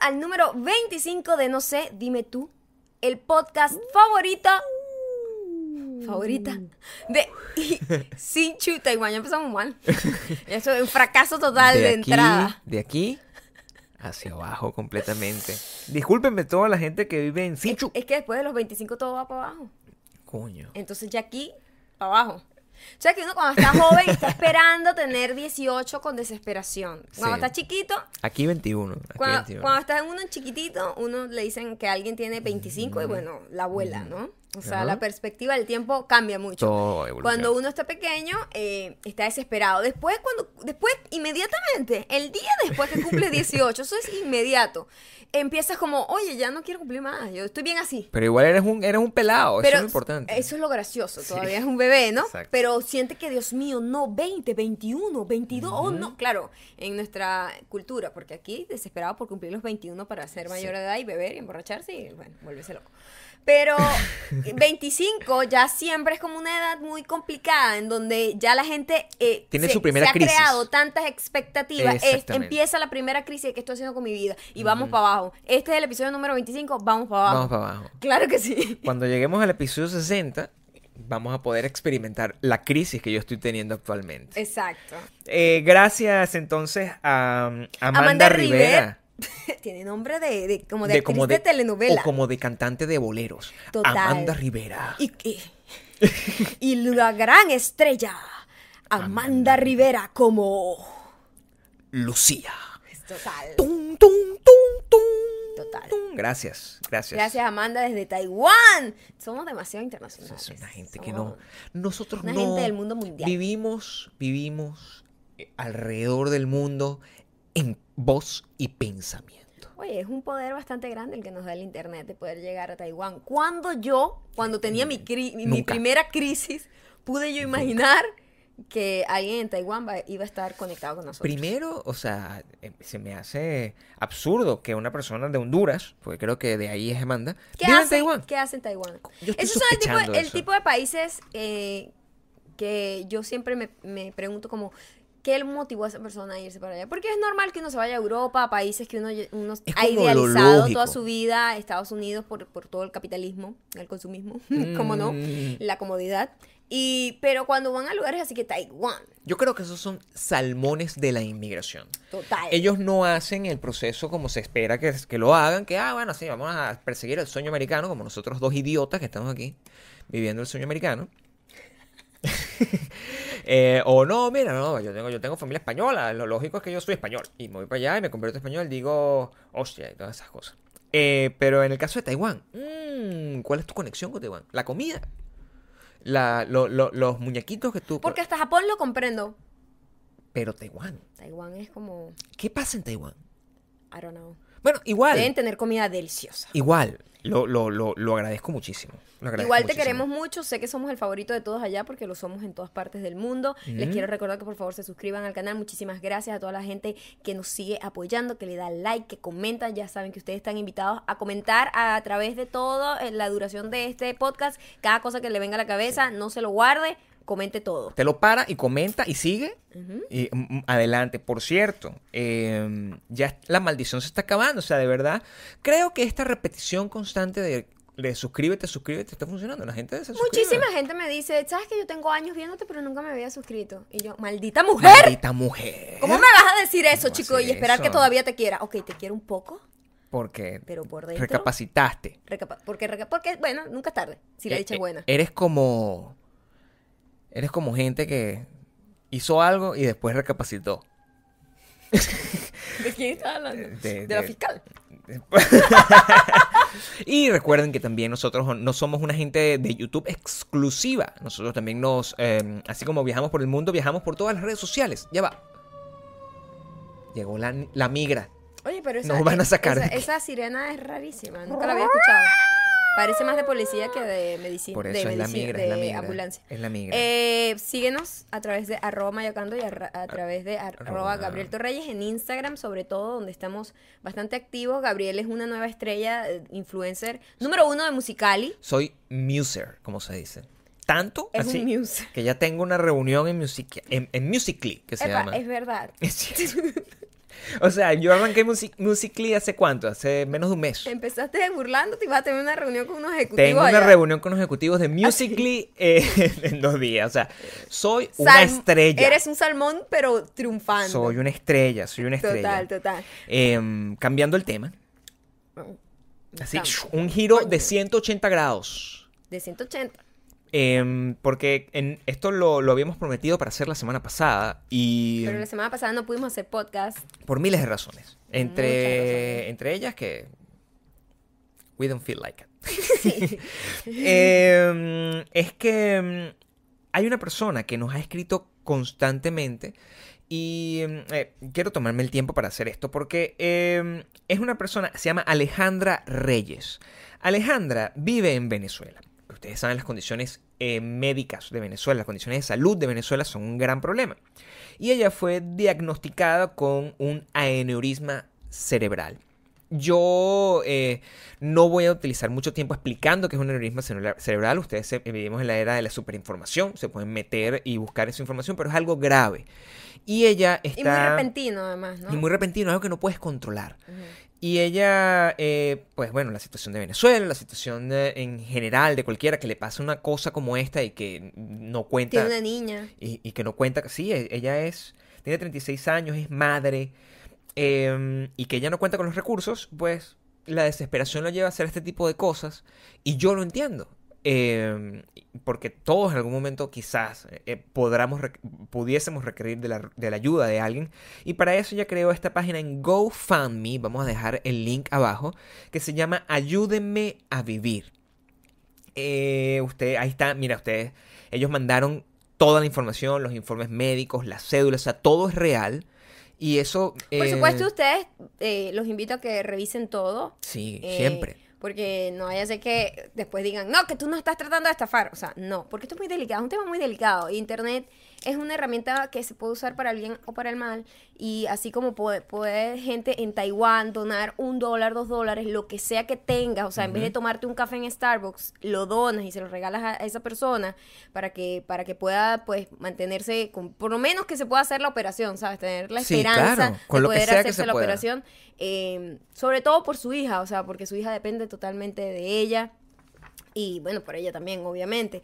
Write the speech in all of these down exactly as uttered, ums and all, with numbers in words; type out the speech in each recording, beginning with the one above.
al número veinticinco de No sé, dime tú, el podcast favorito, favorita, de Hsinchu, Taiwán. Ya empezamos mal. Eso es un fracaso total de, de de aquí, entrada. De aquí hacia abajo completamente. Discúlpenme toda la gente que vive en Hsinchu. Es, es que después de los veinticinco todo va para abajo. Coño. Entonces ya aquí, para abajo. O sea que uno cuando está joven está esperando tener dieciocho con desesperación. Cuando Sí. está chiquito, Aquí veintiuno. Aquí cuando, veintiuno. cuando está en uno chiquitito, uno le dicen que alguien tiene veinticinco y bueno, la abuela, ¿no? O sea, Ajá. la perspectiva del tiempo cambia mucho. Todo evoluciona. Cuando uno está pequeño, eh, está desesperado. Después, cuando, después, inmediatamente, el día después que cumples dieciocho, eso es inmediato. Empiezas como, oye, ya no quiero cumplir más, yo estoy bien así. Pero igual eres un, eres un pelado, Pero eso es lo importante. eso es lo gracioso, Sí. todavía es un bebé, ¿no? Exacto. Pero siente que, Dios mío, no, veinte, veintiuno, veintidós, oh, no. Claro, en nuestra cultura, porque aquí desesperado por cumplir los veintiuno para ser mayor Sí. de edad y beber y emborracharse y, bueno, volverse loco. Pero veinticinco ya siempre es como una edad muy complicada en donde ya la gente eh, Tiene se, su primera se ha crisis. creado tantas expectativas. Es- Exactamente. empieza la primera crisis de qué estoy haciendo con mi vida y vamos para abajo. Este es el episodio número veinticinco, vamos para abajo. Vamos para abajo. Claro que sí. Cuando lleguemos al episodio sesenta, vamos a poder experimentar la crisis que yo estoy teniendo actualmente. Exacto. Eh, gracias entonces a um, Amanda, Amanda Rivera. Rivera. Tiene nombre de, de- como de, de- actriz como de, de- telenovela. O como de cantante de boleros. Total. Amanda Rivera. Y, y, y la gran estrella, Amanda, Amanda Rivera, como... Lucía. Es total. Tum, tum, tum, tum, Total. tum. Gracias, gracias. Gracias, Amanda, desde Taiwán. Somos demasiado internacionales. Es una gente que Somos no. Nosotros Una no. gente del mundo mundial. Vivimos, vivimos eh, alrededor del mundo en voz y pensamiento. Oye, es un poder bastante grande el que nos da el internet de poder llegar a Taiwán. Cuando yo, cuando tenía mi, cri- mi- mi Nunca. primera crisis, pude yo imaginar que alguien en Taiwán va- iba a estar conectado con nosotros. Primero, o sea, eh, se me hace absurdo que una persona de Honduras, porque creo que de ahí es Amanda, ¿Qué viva en hace, Taiwán. ¿Qué hace en Taiwán? Yo estoy Esos son el tipo, sospechando de, de el eso. tipo de países eh, que yo siempre me, me pregunto como, ¿qué le motivó a esa persona a irse para allá? Porque es normal que uno se vaya a Europa, a países que uno, uno Es ha como lo idealizado lógico. toda su vida, a Estados Unidos por, por todo el capitalismo, el consumismo, ¿cómo no? Mm. La comodidad. Y, pero cuando van a lugares así que Taiwán, Yo creo que esos son salmones de la inmigración. total. Ellos no hacen el proceso como se espera que, que lo hagan, que, ah, bueno, sí, vamos a perseguir el sueño americano, como nosotros dos idiotas que estamos aquí viviendo el sueño americano. Eh, o no, mira, no, yo tengo, yo tengo familia española, lo lógico es que yo soy español. Y me voy para allá y me convierto en español, digo, hostia, y todas esas cosas. Eh, pero en el caso de Taiwán, mmm, ¿cuál es tu conexión con Taiwán? La comida. La, lo- lo- los muñequitos que tú... Porque hasta Japón lo comprendo. Pero Taiwán. Taiwán es como, ¿Qué pasa en Taiwán? I don't know. Bueno, igual. Deben tener comida deliciosa. Igual. Lo, lo, lo, lo agradezco muchísimo. Lo agradezco Igual te muchísimo. queremos mucho, sé que somos el favorito de todos allá porque lo somos en todas partes del mundo. Les quiero recordar que por favor se suscriban al canal. Muchísimas gracias a toda la gente que nos sigue apoyando, que le da like, que comenta. Ya saben que ustedes están invitados a comentar a, través de todo eh, la duración de este podcast. Cada cosa que le venga a la cabeza, no se lo guarde, comente todo. Te lo para y comenta y sigue. Y mm, mm, adelante. Por cierto, eh, ya la maldición se está acabando. O sea, de verdad, creo que esta repetición constante de, de suscríbete, suscríbete, está funcionando. La gente se suscribe. Muchísima gente me dice, ¿sabes que yo tengo años viéndote pero nunca me había suscrito? Y yo, maldita mujer. Maldita mujer. ¿Cómo me vas a decir eso, ¿Cómo chico? Y hacer esperar que eso? todavía te quiera. Ok, te quiero un poco, Porque pero por dentro... recapacitaste. Recapa- porque, reca- porque, bueno, nunca es tarde, si la Eh, dicha es eh, buena. Eres como... Eres como gente que hizo algo y después recapacitó. ¿De quién estás hablando? de- De, la de- fiscal. Y recuerden que también nosotros no somos una gente de YouTube exclusiva. Nosotros también nos... eh, así como viajamos por el mundo, viajamos por todas las redes sociales. Ya va. Llegó la, la migra. Oye, pero esa, Nos van a sacar esa, de aquí. esa sirena es rarísima, nunca la había escuchado. Parece más de policía que de medicina. Por de eso es la medici- migra, de es la migra. ambulancia. Es la migra. Eh, síguenos a través de arroba mayocando y a, ra- a través de arroba Arroba- Gabriel Torreyes en Instagram, sobre todo, donde estamos bastante activos. Gabriel es una nueva estrella, eh, influencer, número uno de Musicali. Soy muser, como se dice. Tanto Es así un muse. que ya tengo una reunión en, Music en, en Musical.ly, que se Epa, llama. es verdad. Es cierto. O sea, yo arranqué Music- Musical.ly hace cuánto, hace menos de un mes. Empezaste burlándote y vas a tener una reunión con unos ejecutivos Tengo una allá. reunión con los ejecutivos de Musical.ly eh, en dos días. O sea, soy una Sal- estrella. Eres un salmón, pero triunfando. Soy una estrella, soy una estrella. Total, total. Em, cambiando el tema. Así, Estamos. un giro Coño. de ciento ochenta grados. De ciento ochenta. Em, porque en, esto lo, lo habíamos prometido para hacer la semana pasada y Pero la semana pasada no pudimos hacer podcast. por miles de razones. Entre, Muchas razones. entre ellas que we don't feel like it. Sí. Em, es que em, hay una persona que nos ha escrito constantemente y em, eh, quiero tomarme el tiempo para hacer esto porque em, es una persona, se llama Alejandra Reyes. Alejandra vive en Venezuela. Ustedes saben, las condiciones eh, médicas de Venezuela, las condiciones de salud de Venezuela son un gran problema. Y ella fue diagnosticada con un aneurisma cerebral. Yo eh, no voy a utilizar mucho tiempo explicando qué es un aneurisma cerebral- cerebral. Ustedes se- vivimos en la era de la superinformación. Se pueden meter y buscar esa información, pero es algo grave. Y ella está... Y muy repentino, además, ¿no? Y muy repentino, algo que no puedes controlar. Ujú. Y ella, eh, pues bueno, la situación de Venezuela, la situación de- en general de cualquiera que le pase una cosa como esta y que no cuenta... Tiene una niña. Y, y que no cuenta, sí, e- ella es, tiene treinta y seis años, es madre, eh, y que ella no cuenta con los recursos, pues la desesperación la lleva a hacer este tipo de cosas, y yo lo entiendo, eh, porque todos en algún momento quizás eh, podamos, rec- pudiésemos requerir de la, de la ayuda de alguien, y para eso ella creó esta página en GoFundMe, vamos a dejar el link abajo, que se llama Ayúdenme a Vivir. Eh, usted, ahí está, mira, ustedes, ellos mandaron toda la información, los informes médicos, las cédulas, o sea, todo es real. Y eso... Por eh, supuesto, ustedes eh, los invito a que revisen todo. Sí, eh, siempre. Porque no vaya a ser que después digan, no, que tú no estás tratando de estafar. O sea, no, porque esto es muy delicado, es un tema muy delicado. Internet es una herramienta que se puede usar para el bien o para el mal. Y así como puede, puede gente en Taiwán donar un dólar, dos dólares, lo que sea que tengas. O sea, en vez de tomarte un café en Starbucks, lo donas y se lo regalas a, a esa persona para que, para que pueda, pues, mantenerse, con, por lo menos que se pueda hacer la operación, ¿sabes? Tener la Sí, esperanza claro, con de lo que poder sea que hacerse se la pueda. operación. Eh, sobre todo por su hija, o sea, porque su hija depende totalmente de ella y bueno, por ella también, obviamente.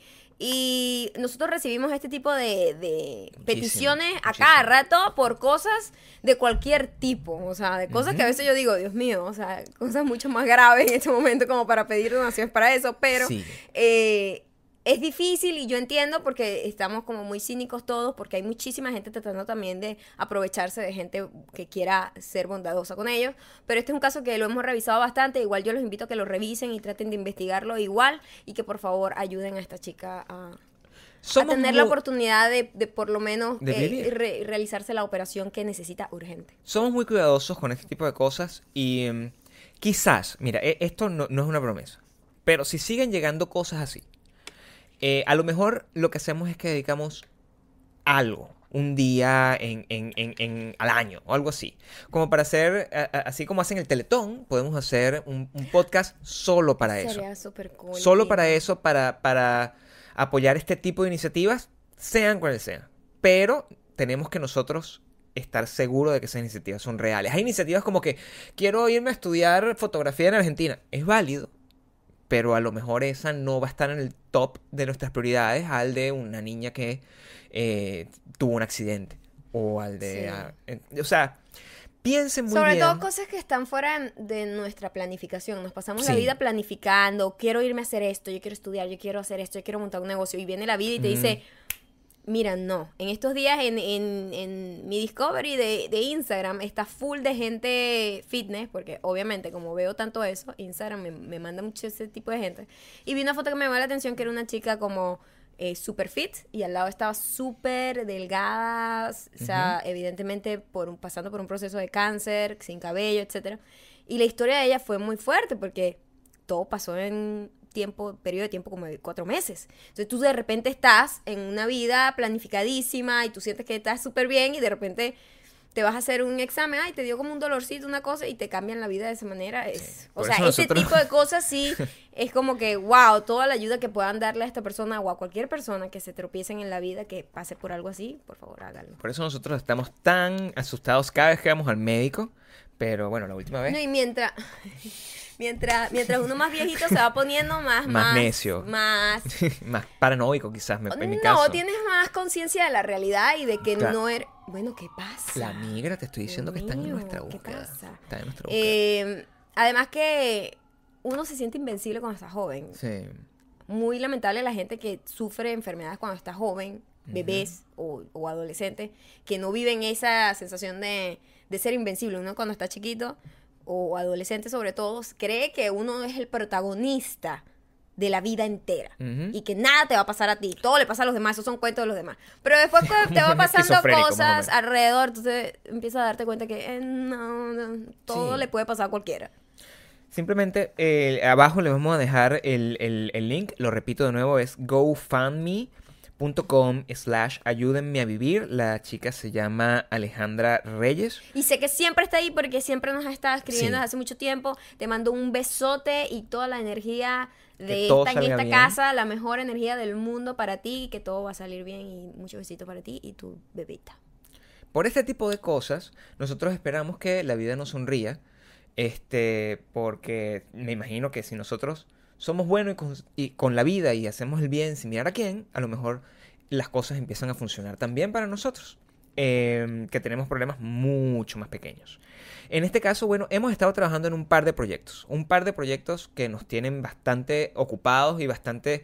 Y nosotros recibimos este tipo de, de peticiones a muchísimo. cada rato por cosas de cualquier tipo, o sea, de cosas que a veces yo digo, Dios mío, o sea, cosas mucho más graves en este momento como para pedir donaciones para eso, pero Sí. eh, es difícil y yo entiendo porque estamos como muy cínicos todos, porque hay muchísima gente tratando también de aprovecharse de gente que quiera ser bondadosa con ellos, pero este es un caso que lo hemos revisado bastante, igual yo los invito a que lo revisen y traten de investigarlo igual y que por favor ayuden a esta chica a, a Somos tener la muy- oportunidad de, de por lo menos De eh, vivir. re- realizarse la operación que necesita urgente. Somos muy cuidadosos con este tipo de cosas y em, quizás, mira, e- esto no, no es una promesa, pero si siguen llegando cosas así, eh, a lo mejor lo que hacemos es que dedicamos algo, un día en, en- en- en- al año o algo así. Como para hacer, a- a- así como hacen el Teletón, podemos hacer un, un podcast solo para eso. Sería súper cool. Solo sí. para eso, para, para apoyar este tipo de iniciativas, sean cuales sean. Pero tenemos que nosotros estar seguros de que esas iniciativas son reales. Hay iniciativas como que quiero irme a estudiar fotografía en Argentina. Es válido, pero a lo mejor esa no va a estar en el top de nuestras prioridades al de una niña que eh, tuvo un accidente. O al de... Sí. a- eh, o sea, piensen muy Sobre bien. todo cosas que están fuera de nuestra planificación. Nos pasamos la Sí. vida planificando, quiero irme a hacer esto, yo quiero estudiar, yo quiero hacer esto, yo quiero montar un negocio. Y viene la vida y te Ujú. dice, mira, no. En estos días en, en, en mi Discovery de, de Instagram está full de gente fitness, porque obviamente como veo tanto eso, Instagram me, me manda mucho ese tipo de gente. Y vi una foto que me llamó la atención que era una chica como... Eh, super fit y al lado estaba súper delgada, o sea, evidentemente por un, pasando por un proceso de cáncer, sin cabello, etcétera. Y la historia de ella fue muy fuerte porque todo pasó en tiempo, periodo de tiempo como de cuatro meses. Entonces tú de repente estás en una vida planificadísima y tú sientes que estás súper bien y de repente te vas a hacer un examen, ay, te dio como un dolorcito, una cosa, y te cambian la vida de esa manera. Es, Sí. o Por sea, eso ese nosotros- tipo de cosas sí es como que, wow, toda la ayuda que puedan darle a esta persona o a cualquier persona que se tropiecen en la vida, que pase por algo así, por favor, háganlo. Por eso nosotros estamos tan asustados cada vez que vamos al médico. Pero bueno, la última vez. No, y mientras, mientras, mientras uno más viejito se va poniendo más, Más más necio. más Más paranoico, quizás, me- en mi no, caso. tienes más conciencia de la realidad y de que Claro. no eres... Bueno, ¿qué pasa? La migra, te estoy diciendo que Dios está en mío, nuestra ¿qué búsqueda. pasa? Está en nuestra búsqueda. Eh, además que uno se siente invencible cuando está joven. Sí. Muy lamentable la gente que sufre enfermedades cuando está joven, bebés o, o adolescentes, que no viven esa sensación de, de ser invencible. Uno cuando está chiquito o adolescente sobre todo, cree que uno es el protagonista de la vida entera Ujú. y que nada te va a pasar a ti, todo le pasa a los demás, esos son cuentos de los demás. Pero después cuando te va Un pasando esquizofrénico, más o cosas menos. alrededor, entonces empiezas a darte cuenta que eh, no, no, todo Sí. le puede pasar a cualquiera. Simplemente eh, abajo le vamos a dejar el, el- el link. Lo repito de nuevo, es gofundme.com slash ayúdenme a vivir. La chica se llama Alejandra Reyes. Y sé que siempre está ahí porque siempre nos ha estado escribiendo Sí. desde hace mucho tiempo. Te mando un besote y toda la energía Que de todo esta en salga esta bien. casa, la mejor energía del mundo para ti, y que todo va a salir bien y muchos besitos para ti y tu bebita. Por este tipo de cosas, nosotros esperamos que la vida nos sonría. Este, porque me imagino que si nosotros somos buenos y con, y con la vida y hacemos el bien sin mirar a quién, a lo mejor las cosas empiezan a funcionar también para nosotros. Eh, que tenemos problemas mucho más pequeños. En este caso, bueno, hemos estado trabajando en un par de proyectos. Un par de proyectos que nos tienen bastante ocupados y bastante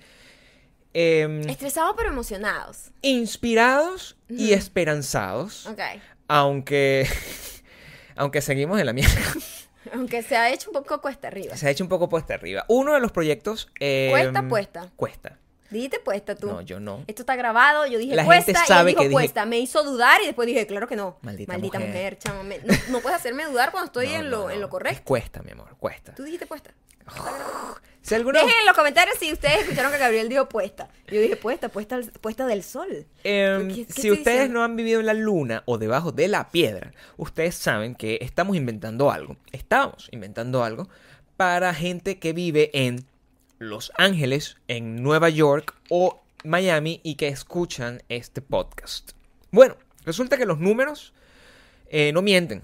eh, Estresados pero emocionados. inspirados y Ujú. esperanzados. Ok. Aunque, aunque seguimos en la mierda. Aunque se ha hecho un poco cuesta arriba. Se ha hecho un poco puesta arriba. Uno de los proyectos... eh, ¿Cuesta, puesta? Cuesta. Dijiste puesta tú. No, yo no. Esto está grabado, yo dije La cuesta gente y él sabe dijo que dije- cuesta. Me hizo dudar y después dije, claro que no. Maldita mujer, mujer. chama. me- No, no puedes hacerme dudar cuando estoy No, en, no, lo, no. en lo Es correcto. cuesta, mi amor, cuesta. Tú dijiste puesta. Si alguna... Dejen en los comentarios si ustedes escucharon que Gabriel dijo puesta. Yo dije puesta, puesta, puesta del sol. Em, ¿Qué- qué si estoy ustedes diciendo? no han vivido en la luna o debajo de la piedra, ustedes saben que estamos inventando algo. Estábamos inventando algo para gente que vive en Los Ángeles, en Nueva York o Miami y que escuchan este podcast. Bueno, resulta que los números eh, no mienten.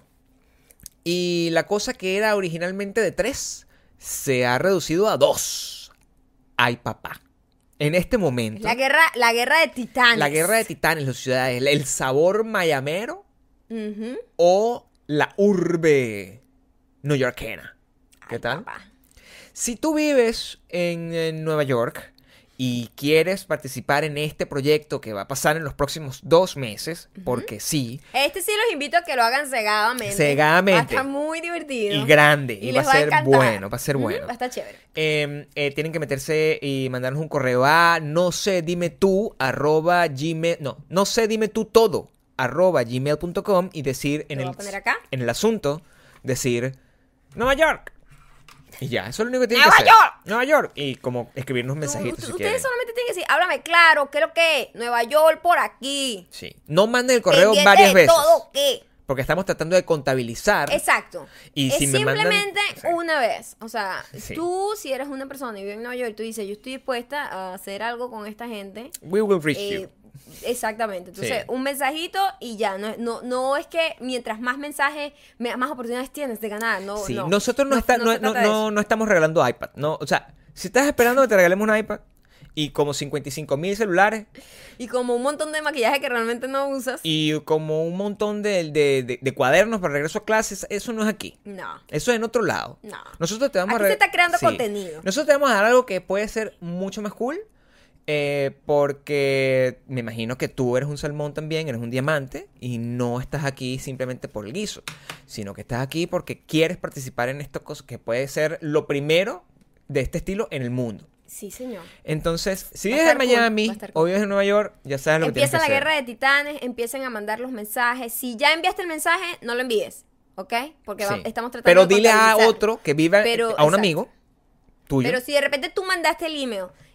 Y la cosa que era originalmente de tres se ha reducido a dos. Ay, papá. En este momento... La guerra, la guerra de titanes. La guerra de titanes, las ciudades, el, el sabor mayamero Ujú. o la urbe neoyorquena. ¿Qué Ay, tal? papá. Si tú vives en, en Nueva York y quieres participar en este proyecto que va a pasar en los próximos dos meses, porque sí, Este sí los invito a que lo hagan cegadamente. Cegadamente. Va a estar muy divertido. y grande, y, Y va a les va a ser encantar. bueno, va a ser Ujú, bueno. Va a estar chévere. Eh, eh, tienen que meterse y mandarnos un correo a no sé, dime tú, arroba gmail, no, no sé, dime tú todo, arroba gmail punto com y decir en Lo el, voy a poner acá. en el asunto, decir Nueva York. Y ya, eso es lo único que tienen ¡Nueva que hacer. York! Nueva York. Y como escribirnos Tú- mensajitos tú- si ustedes quieren. solamente tienen que decir, háblame claro, ¿qué es lo que es? Nueva York por aquí. Sí. No manden el correo Pendiente varias de veces. todo, ¿qué? Porque estamos tratando de contabilizar. Exacto. Y es si me mandan- simplemente Sí. una vez. O sea, Sí. tú, si eres una persona y vives en Nueva York, tú dices, yo estoy dispuesta a hacer algo con esta gente. We will reach Eh, you. exactamente. Entonces, Sí. un mensajito y ya. No, no, no es que mientras más mensajes, me- más oportunidades tienes de ganar. No, Sí, no. nosotros no, está- no, se no- trata de no- eso. no estamos regalando iPad. No, o sea, si estás esperando que te regalemos un iPad y como cincuenta y cinco mil celulares Y como un montón de maquillaje que realmente no usas. y como un montón de, de- de- de cuadernos para regreso a clases, eso no es aquí. No. Eso es en otro lado. No. Nosotros te vamos Aquí a se re- está creando contenido. Nosotros te vamos a dar algo que puede ser mucho más cool. eh, porque me imagino que tú eres un salmón también, eres un diamante y no estás aquí simplemente por el guiso, sino que estás aquí porque quieres participar en esto cos- que puede ser lo primero de este estilo en el mundo. Sí, señor. Entonces, si Va a vives en estar cool, Miami va a estar o cool. vives en Nueva York, ya sabes lo que tienes Empieza que la hacer. guerra de titanes, empiecen a mandar los mensajes. Si ya enviaste el mensaje, no lo envíes, ¿ok? Porque va- Sí. estamos tratando Pero de dile a contabilizar. otro que viva, Pero, a un exacto. amigo tuyo. Pero si de repente tú mandaste el email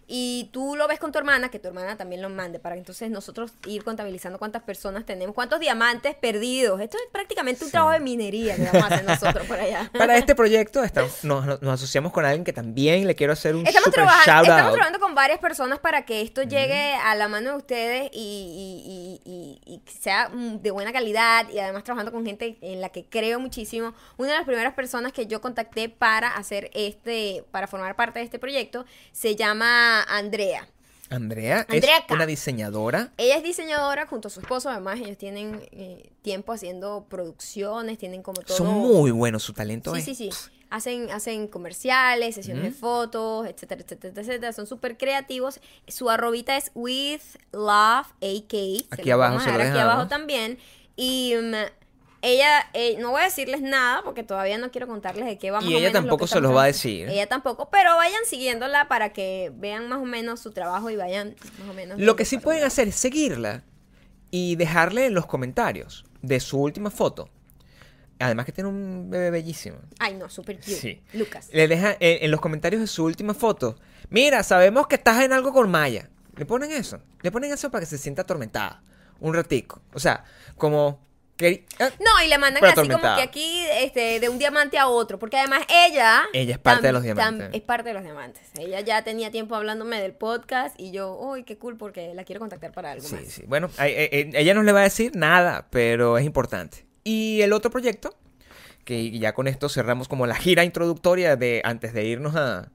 y tú lo ves con tu hermana, que tu hermana también lo mande, para entonces nosotros ir contabilizando cuántas personas tenemos, cuántos diamantes perdidos. Esto es prácticamente un Sí. trabajo de minería que vamos a hacer nosotros por allá. Para este proyecto estamos, nos, nos- nos asociamos con alguien que también le quiero hacer un Estamos, super trabaja- shout estamos out. trabajando con varias personas para que esto llegue a la mano de ustedes y, y- y- y- y sea mm, de buena calidad, y además trabajando con gente en la que creo muchísimo. Una de las primeras personas que yo contacté para hacer este, para formar parte de este proyecto, se llama Andrea. Andrea, Andrea es K. una diseñadora. Ella es diseñadora junto a su esposo, además ellos tienen eh, tiempo haciendo producciones, tienen como todo... Son muy buenos, su talento Sí, es. sí, sí. Hacen, hacen comerciales, sesiones de fotos, etcétera, etcétera, etcétera. Son súper creativos. Su arrobita es with love A K. Aquí abajo se lo aquí dejamos. abajo también. Y um, ella, eh, no voy a decirles nada porque todavía no quiero contarles de qué vamos Y ella tampoco se los va a decir. Ella tampoco, pero vayan siguiéndola para que vean más o menos su trabajo y vayan más o menos. Lo que sí pueden hacer es seguirla y dejarle en los comentarios de su última foto. Además que tiene un bebé bellísimo. Ay, no, súper cute. Sí. Lucas. Le deja en, en los comentarios de su última foto. Mira, sabemos que estás en algo con Maya. Le ponen eso. Le ponen eso para que se sienta atormentada. Un ratico. O sea, como... Que, ah, No, y le mandan Pero así como atormentada. que aquí, este, de un diamante a otro, porque además ella... Ella es parte tam- de los diamantes. tam- es parte de los diamantes. Ella ya tenía tiempo hablándome del podcast y yo, uy, qué cool, porque la quiero contactar para algo sí, más. sí. Bueno, ay, ay, ay, ella no le va a decir nada, pero es importante. Y el otro proyecto, que ya con esto cerramos como la gira introductoria de antes de irnos a,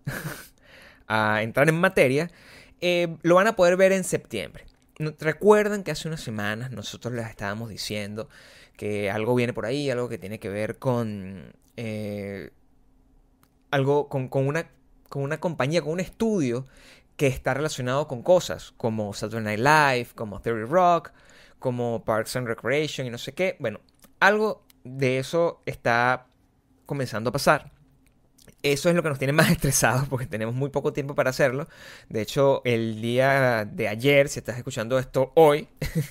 a entrar en materia, eh, lo van a poder ver en septiembre. No- Recuerdan que hace unas semanas nosotros les estábamos diciendo que algo viene por ahí, algo que tiene que ver con eh, algo con, con una con una compañía, con un estudio que está relacionado con cosas como Saturday Night Live, como Theory Rock, como Parks and Recreation y no sé qué. Bueno, algo de eso está comenzando a pasar. Eso es lo que nos tiene más estresados porque tenemos muy poco tiempo para hacerlo. De hecho, el día de ayer, si estás escuchando esto hoy,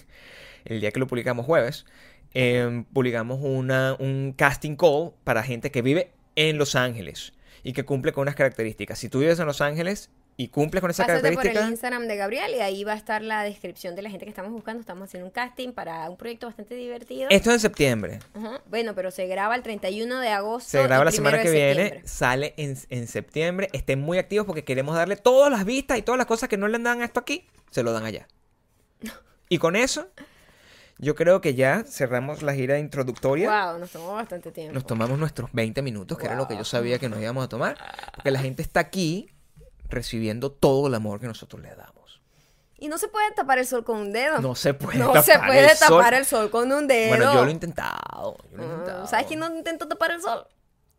el día que lo publicamos jueves, eh, publicamos una, un casting call para gente que vive en Los Ángeles y que cumple con unas características. Si tú vives en Los Ángeles y cumples con esa Pásate por el característica, Instagram de Gabriel y ahí va a estar la descripción de la gente que estamos buscando. Estamos haciendo un casting para un proyecto bastante divertido. esto es en septiembre. Ajá. Bueno, pero se graba el treinta y uno de agosto. Se graba y la semana que primero de viene, septiembre. sale en, en septiembre. Estén muy activos porque queremos darle todas las vistas y todas las cosas que no le dan a esto aquí, se lo dan allá. Y con eso, yo creo que ya cerramos la gira introductoria. Wow, nos tomó bastante tiempo. Nos tomamos nuestros veinte minutos, que era lo que yo sabía que nos íbamos a tomar. Porque la gente está aquí recibiendo todo el amor que nosotros le damos. Y no se puede tapar el sol con un dedo. No se puede No tapar se puede el sol. tapar el sol con un dedo. Bueno, yo lo he intentado. Yo lo he Ah, intentado. ¿Sabes quién no intentó tapar el sol?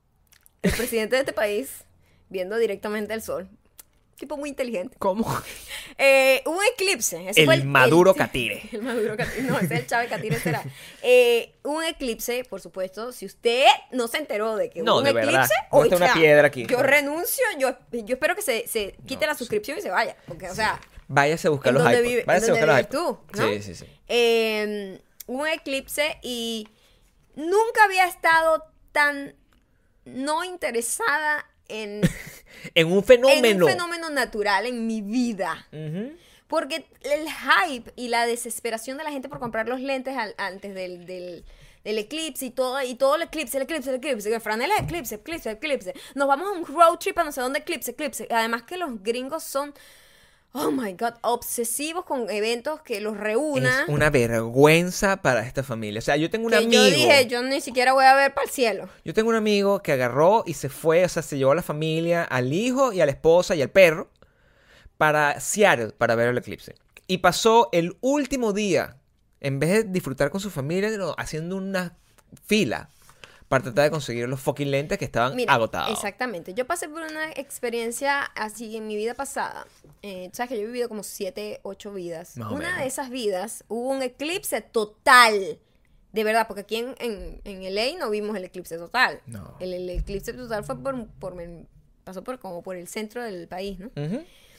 El presidente de este país, viendo directamente el sol. Tipo muy inteligente. ¿Cómo? Eh, un eclipse. Ese El fue Maduro Catire. El Maduro Catire. No, ese es el Chávez Catire será. Eh, un eclipse, por supuesto. Si usted no se enteró de que No, hubo un de verdad. eclipse, No está una oiga, piedra aquí. Yo renuncio. Yo, yo espero que se, se quite No, la suscripción y se vaya. Porque, o sea, Váyase a buscar ¿en los dónde iPods. vive- en Váyase a dónde buscar los vives iPods. tú, no? Sí, sí, sí. eh, un eclipse y nunca había estado tan no interesada en, En un en fenómeno. un fenómeno natural en mi vida. Ujú. Porque el hype y la desesperación de la gente por comprar los lentes al- antes del, del, del eclipse y todo, y todo el eclipse, el eclipse, el eclipse, el franela, eclipse, eclipse, eclipse. Nos vamos a un road trip a no sé dónde, eclipse, eclipse. Además que los gringos son, oh my God, obsesivos con eventos que los reúnan. Es una vergüenza para esta familia. O sea, yo tengo un que amigo. yo dije, yo ni siquiera voy a ver para el cielo. Yo tengo un amigo que agarró y se fue, o sea, se llevó a la familia, al hijo y a la esposa y al perro para Seattle para ver el eclipse. Y pasó el último día, en vez de disfrutar con su familia, no, haciendo una fila para tratar de conseguir los fucking lentes que estaban Mira, agotados. exactamente. Yo pasé por una experiencia así en mi vida pasada. Eh, Sabes que yo he vivido como siete, ocho vidas. Más o Una menos. de esas vidas hubo un eclipse total. De verdad, porque aquí en, en, en L A no vimos el eclipse total. No. El, el eclipse total fue por, por, pasó por como por el centro del país, ¿no? Ujú.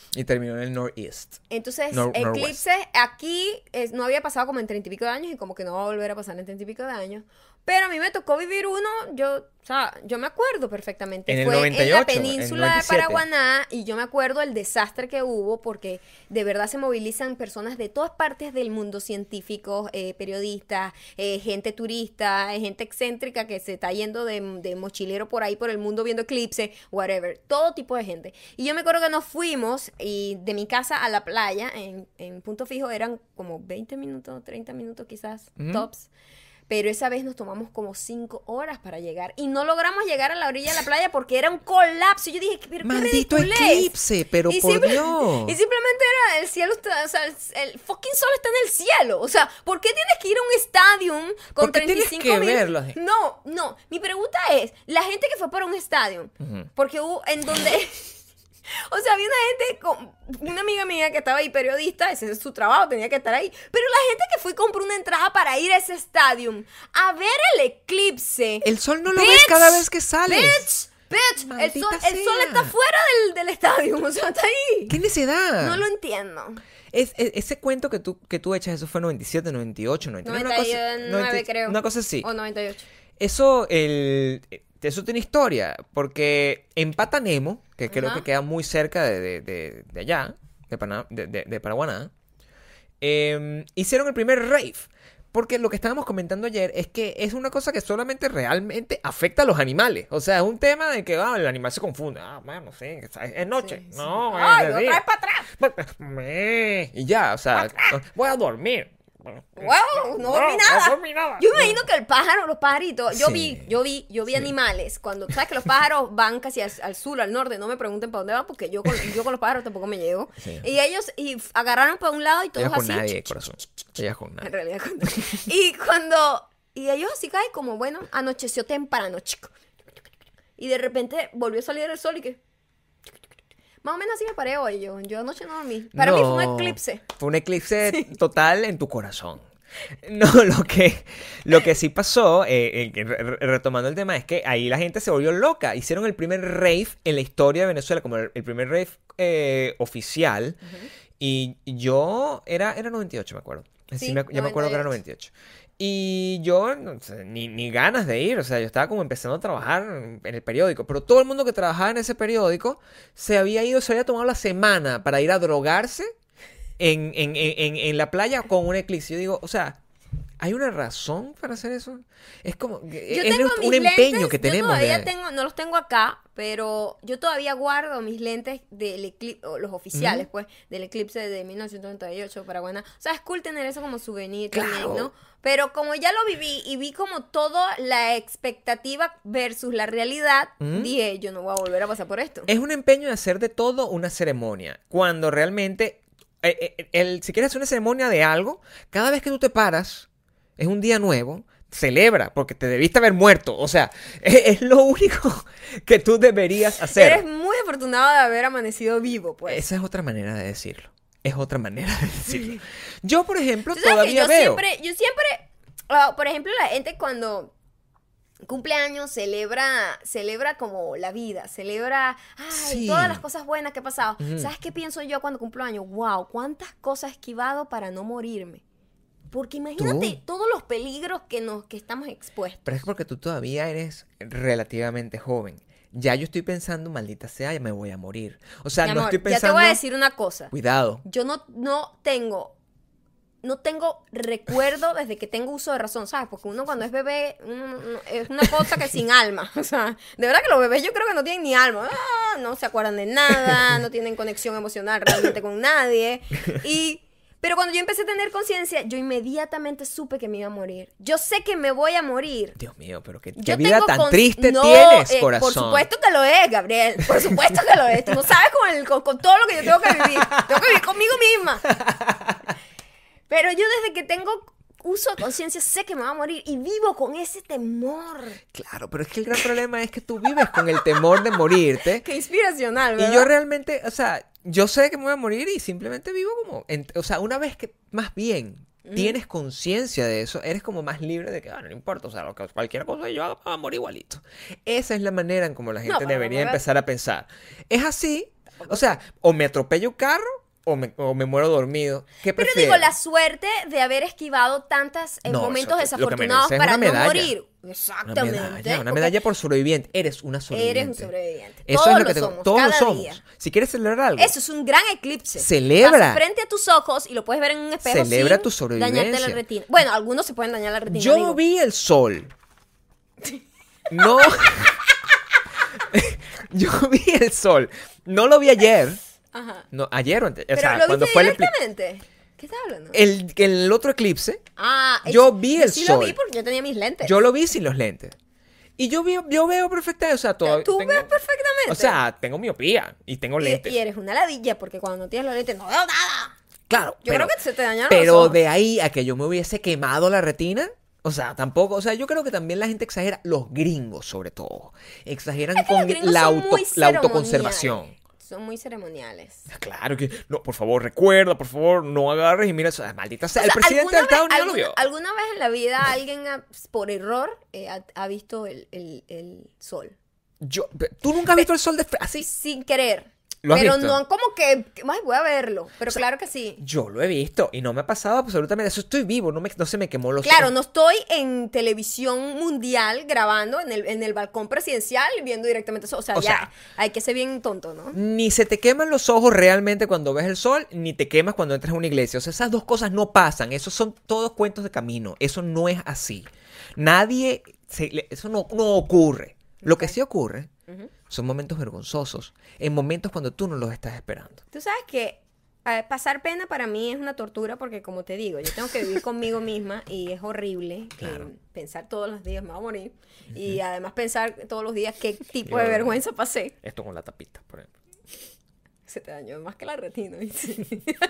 Y terminó en el Northeast. Entonces, Nor- eclipse aquí es, no había pasado como en treinta y pico de años y como que no va a volver a pasar en treinta y pico de años. Pero a mí me tocó vivir uno, yo, o sea, yo me acuerdo perfectamente. En el Fue noventa y en la ocho, península en de noventa y siete. Paraguaná y yo me acuerdo el desastre que hubo porque de verdad se movilizan personas de todas partes del mundo, científicos, eh, periodistas, eh, gente turista, eh, gente excéntrica que se está yendo de, de mochilero por ahí por el mundo viendo eclipse, whatever, todo tipo de gente. Y yo me acuerdo que nos fuimos y de mi casa a la playa en, en Punto Fijo eran como veinte minutos, treinta minutos quizás, Ujú. tops. Pero esa vez nos tomamos como cinco horas para llegar. Y no logramos llegar a la orilla de la playa porque era un colapso. Y yo dije, pero qué Maldito ridiculez. eclipse, pero Y por simple- Dios. Y simplemente era el cielo, está, o sea, el, el fucking sol está en el cielo. O sea, ¿por qué tienes que ir a un estadio con ¿Por qué treinta y tienes cinco que mil? verlo? No, no. Mi pregunta es, la gente que fue para un estadio, Ujú. porque hubo en donde... O sea, había una gente, con, una amiga mía que estaba ahí, periodista, ese es su trabajo, tenía que estar ahí. Pero la gente que fue y compró una entrada para ir a ese estadio a ver el eclipse. El sol no lo Bitch, ves cada vez que sales. Bitch, bitch, el Maldita sol, el sol sea. está fuera del, del estadio, o sea, está ahí. ¿Qué necesidad? No lo entiendo. Es, es- ese cuento que tú, que tú echas, eso fue noventa y siete, noventa y ocho, noventa y nueve, noventa y una cosa, nueve noventa creo. Una cosa así. O noventa y ocho. Eso, el, eso tiene historia, porque en Patanemo, que creo Ajá. que queda muy cerca de, de, de- de allá, de, Pana- de, de- de Paraguaná, eh, hicieron el primer rave. Porque lo que estábamos comentando ayer es que es una cosa que solamente realmente afecta a los animales. O sea, es un tema de que ah, el animal se confunde. Ah, bueno, sí, es es noche. Sí, sí. No, Ay, es de otra día. vez para atrás. Me- Y ya, o sea, voy a dormir. Wow, no dormí nada. No dormí nada. Yo me imagino que el pájaro, los pajaritos, yo Sí. vi, yo vi, yo vi Sí. animales. Cuando, ¿sabes que los pájaros van casi al, al sur, al norte? No me pregunten para dónde van porque yo con, yo con los pájaros tampoco me llego. Sí. Y ellos y f- agarraron para un lado y todos Ellas con así. nadie, corazón. Ellas con En nadie. realidad, cuando- y cuando, y ellos así caen como, bueno, anocheció temprano, chico. Y de repente volvió a salir el sol y que... Más o menos así me paré hoy yo. Yo anoche no dormí. Para mí fue un No, eclipse. Fue un eclipse total en tu corazón. No, lo que, lo que sí pasó, eh, eh, re- re- retomando el tema, es que ahí la gente se volvió loca. Hicieron el primer rave en la historia de Venezuela, como el, el primer rave eh, oficial. Y yo, era, era noventa y ocho, me acuerdo. Sí, Sí, me, ya me acuerdo que era noventa noventa y ocho. Y yo, no sé, ni, ni ganas de ir, o sea, yo estaba como empezando a trabajar en el periódico, pero todo el mundo que trabajaba en ese periódico se había ido, se había tomado la semana para ir a drogarse en, en, en, en- en la playa con un eclipse. Yo digo, o sea, ¿hay una razón para hacer eso? Es como, que Yo es tengo un mis empeño lentes, que yo tenemos todavía de... tengo, no los tengo acá, pero yo todavía guardo mis lentes del eclipse, los oficiales, Ujú. pues, del eclipse de mil novecientos noventa y ocho Paraguaná. O sea, es cool tener eso como souvenir Claro. también, ¿no? Pero como ya lo viví y vi como toda la expectativa versus la realidad, Ujú. dije, yo no voy a volver a pasar por esto. Es un empeño de hacer de todo una ceremonia, cuando realmente, eh, eh, el, si quieres hacer una ceremonia de algo, cada vez que tú te paras, es un día nuevo, celebra, porque te debiste haber muerto. O sea, es, es lo único que tú deberías hacer. Eres muy afortunado de haber amanecido vivo, pues. Esa es otra manera de decirlo. Es otra manera de decirlo. Yo, por ejemplo, Tú sabes que todavía yo veo. siempre, yo siempre, ah, por ejemplo, la gente cuando cumpleaños celebra, celebra como la vida, celebra, ay, Sí. todas las cosas buenas que he pasado. Ujú. ¿Sabes qué pienso yo cuando cumplo años? Wow, cuántas cosas he esquivado para no morirme. Porque imagínate Tú. todos los peligros que nos, que estamos expuestos. Pero es porque tú todavía eres relativamente joven. Ya yo estoy pensando, maldita sea, ya me voy a morir. O sea, Mi no amor, estoy pensando. ya te voy a decir una cosa. Cuidado. Yo no, no tengo, no tengo recuerdo desde que tengo uso de razón, ¿sabes? Porque uno cuando es bebé uno no- es una cosa que sin alma. O sea, de verdad que los bebés yo creo que no tienen ni alma. Ah, no se acuerdan de nada, no tienen conexión emocional realmente con nadie. Y... Pero cuando yo empecé a tener conciencia, yo inmediatamente supe que me iba a morir. Yo sé que me voy a morir. Dios mío, pero qué, qué Yo vida tengo tan con- triste No, tienes, eh, corazón. Por supuesto que lo es, Gabriel. Por supuesto que lo es. Tú no sabes con, el- con, con todo lo que yo tengo que vivir. Tengo que vivir conmigo misma. Pero yo desde que tengo uso de conciencia sé que me va a morir y vivo con ese temor. Claro, pero es que el gran problema es que tú vives con el temor de morirte. Qué inspiracional, ¿verdad? Y yo realmente, o sea, yo sé que me voy a morir y simplemente vivo como... en- o sea, una vez que, más bien, tienes conciencia de eso, eres como más libre de que, ah, no importa, o sea, lo que, cualquier cosa que yo haga, me va a morir igualito. Esa es la manera en como la gente pero debería no me- empezar a pensar. Es así O sea, o me atropello un carro o me, o me muero dormido. ¿Qué Pero prefieres? digo, la suerte de haber esquivado tantas en No, momentos eso, lo que desafortunados mereces es para una no medalla. morir. Una Exactamente. medalla, una porque medalla por sobreviviente. Eres una sobreviviente. Eres un sobreviviente. Eso Todos es lo lo que tengo. somos, Todos lo cada somos. día. Si quieres celebrar algo, Eso es un gran eclipse. Celebra. Pasa frente a tus ojos y lo puedes ver en un espejo Celebra sin tu sobrevivencia. dañarte la retina. Bueno, algunos se pueden dañar la retina. yo digo. vi el sol. No. Yo vi el sol. No lo vi ayer. Ajá. No, ayer o antes. O Pero sea, lo cuando viste fue el eclipse. directamente. ¿Qué estás hablando? El, el otro eclipse, Ah, yo es- vi el sí sol. lo vi porque yo tenía mis lentes. yo lo vi sin los lentes. Y yo, vi, yo veo perfectamente. O sea, todo. Tú tengo- ves perfectamente. O sea, tengo miopía y tengo y, lentes. y eres una ladilla porque cuando no tienes los lentes no veo nada. Claro. Yo pero, creo que se te dañaron Pero los ojos. de ahí a que yo me hubiese quemado la retina. O sea, tampoco. O sea, yo creo que también la gente exagera. Los gringos, sobre todo. Exageran Es que los con gringos la, son auto, muy la autoconservación. ceremoniales. Son muy ceremoniales. Claro que. No, por favor, recuerda, por favor, no agarres y mira. eso. Ah, maldita sea. O el sea, presidente de ¿alguna Estados vez- Unidos lo vio. alguna, ¿Alguna vez en la vida alguien ha- por error eh, ha, ha visto el, el- el sol? Yo, ¿Tú nunca has visto el sol de fre- así? Sin querer. ¿Lo has Pero visto? no como que, que, ay, voy a verlo. Pero claro que sí. Yo lo he visto y no me ha pasado absolutamente eso. Estoy vivo, no, me, no se me quemó los Claro, ojos. no estoy en televisión mundial grabando en el, en el balcón presidencial viendo directamente eso. O sea, O ya sea, hay que ser bien tonto, ¿no? Ni se te queman los ojos realmente cuando ves el sol, ni te quemas cuando entras a una iglesia. O sea, esas dos cosas no pasan. Esos son todos cuentos de camino. Eso no es así. Nadie... se le- eso no, no ocurre. Lo que sí ocurre Ujú. son momentos vergonzosos. En momentos cuando tú no los estás esperando. Tú sabes que eh, pasar pena para mí es una tortura porque, como te digo, yo tengo que vivir conmigo misma y es horrible Claro. eh, pensar todos los días me voy a morir y además pensar todos los días qué tipo Yo- de vergüenza pasé. Esto con la tapita, por ejemplo. Se te dañó más que la retina, ¿viste?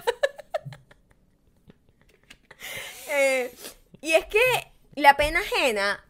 Eh, y es que la pena ajena,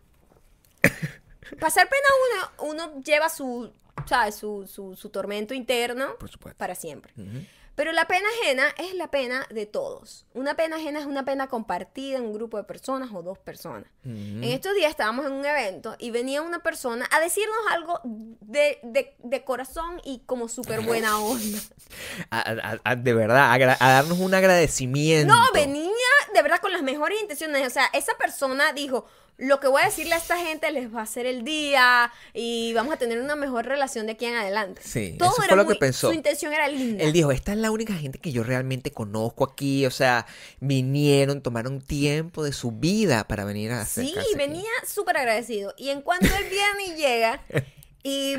pasar pena uno, uno lleva su, ¿sabes? Su, su, su tormento interno Por supuesto. para siempre. Ujú. Pero la pena ajena es la pena de todos. Una pena ajena es una pena compartida en un grupo de personas o dos personas. Ujú. En estos días estábamos en un evento y venía una persona a decirnos algo de, de, de corazón y como súper buena onda. A- a- a- de verdad, a, gra- a darnos un agradecimiento. No, venía de verdad con las mejores intenciones. O sea, esa persona dijo, lo que voy a decirle a esta gente les va a hacer el día y vamos a tener una mejor relación de aquí en adelante. Sí, Todo eso era fue lo muy- que pensó. Su intención era linda. Él dijo, esta es la única gente que yo realmente conozco aquí. O sea, vinieron, tomaron tiempo de su vida para venir a Sí, acercarse aquí. venía súper agradecido. Y en cuanto él viene y llega y,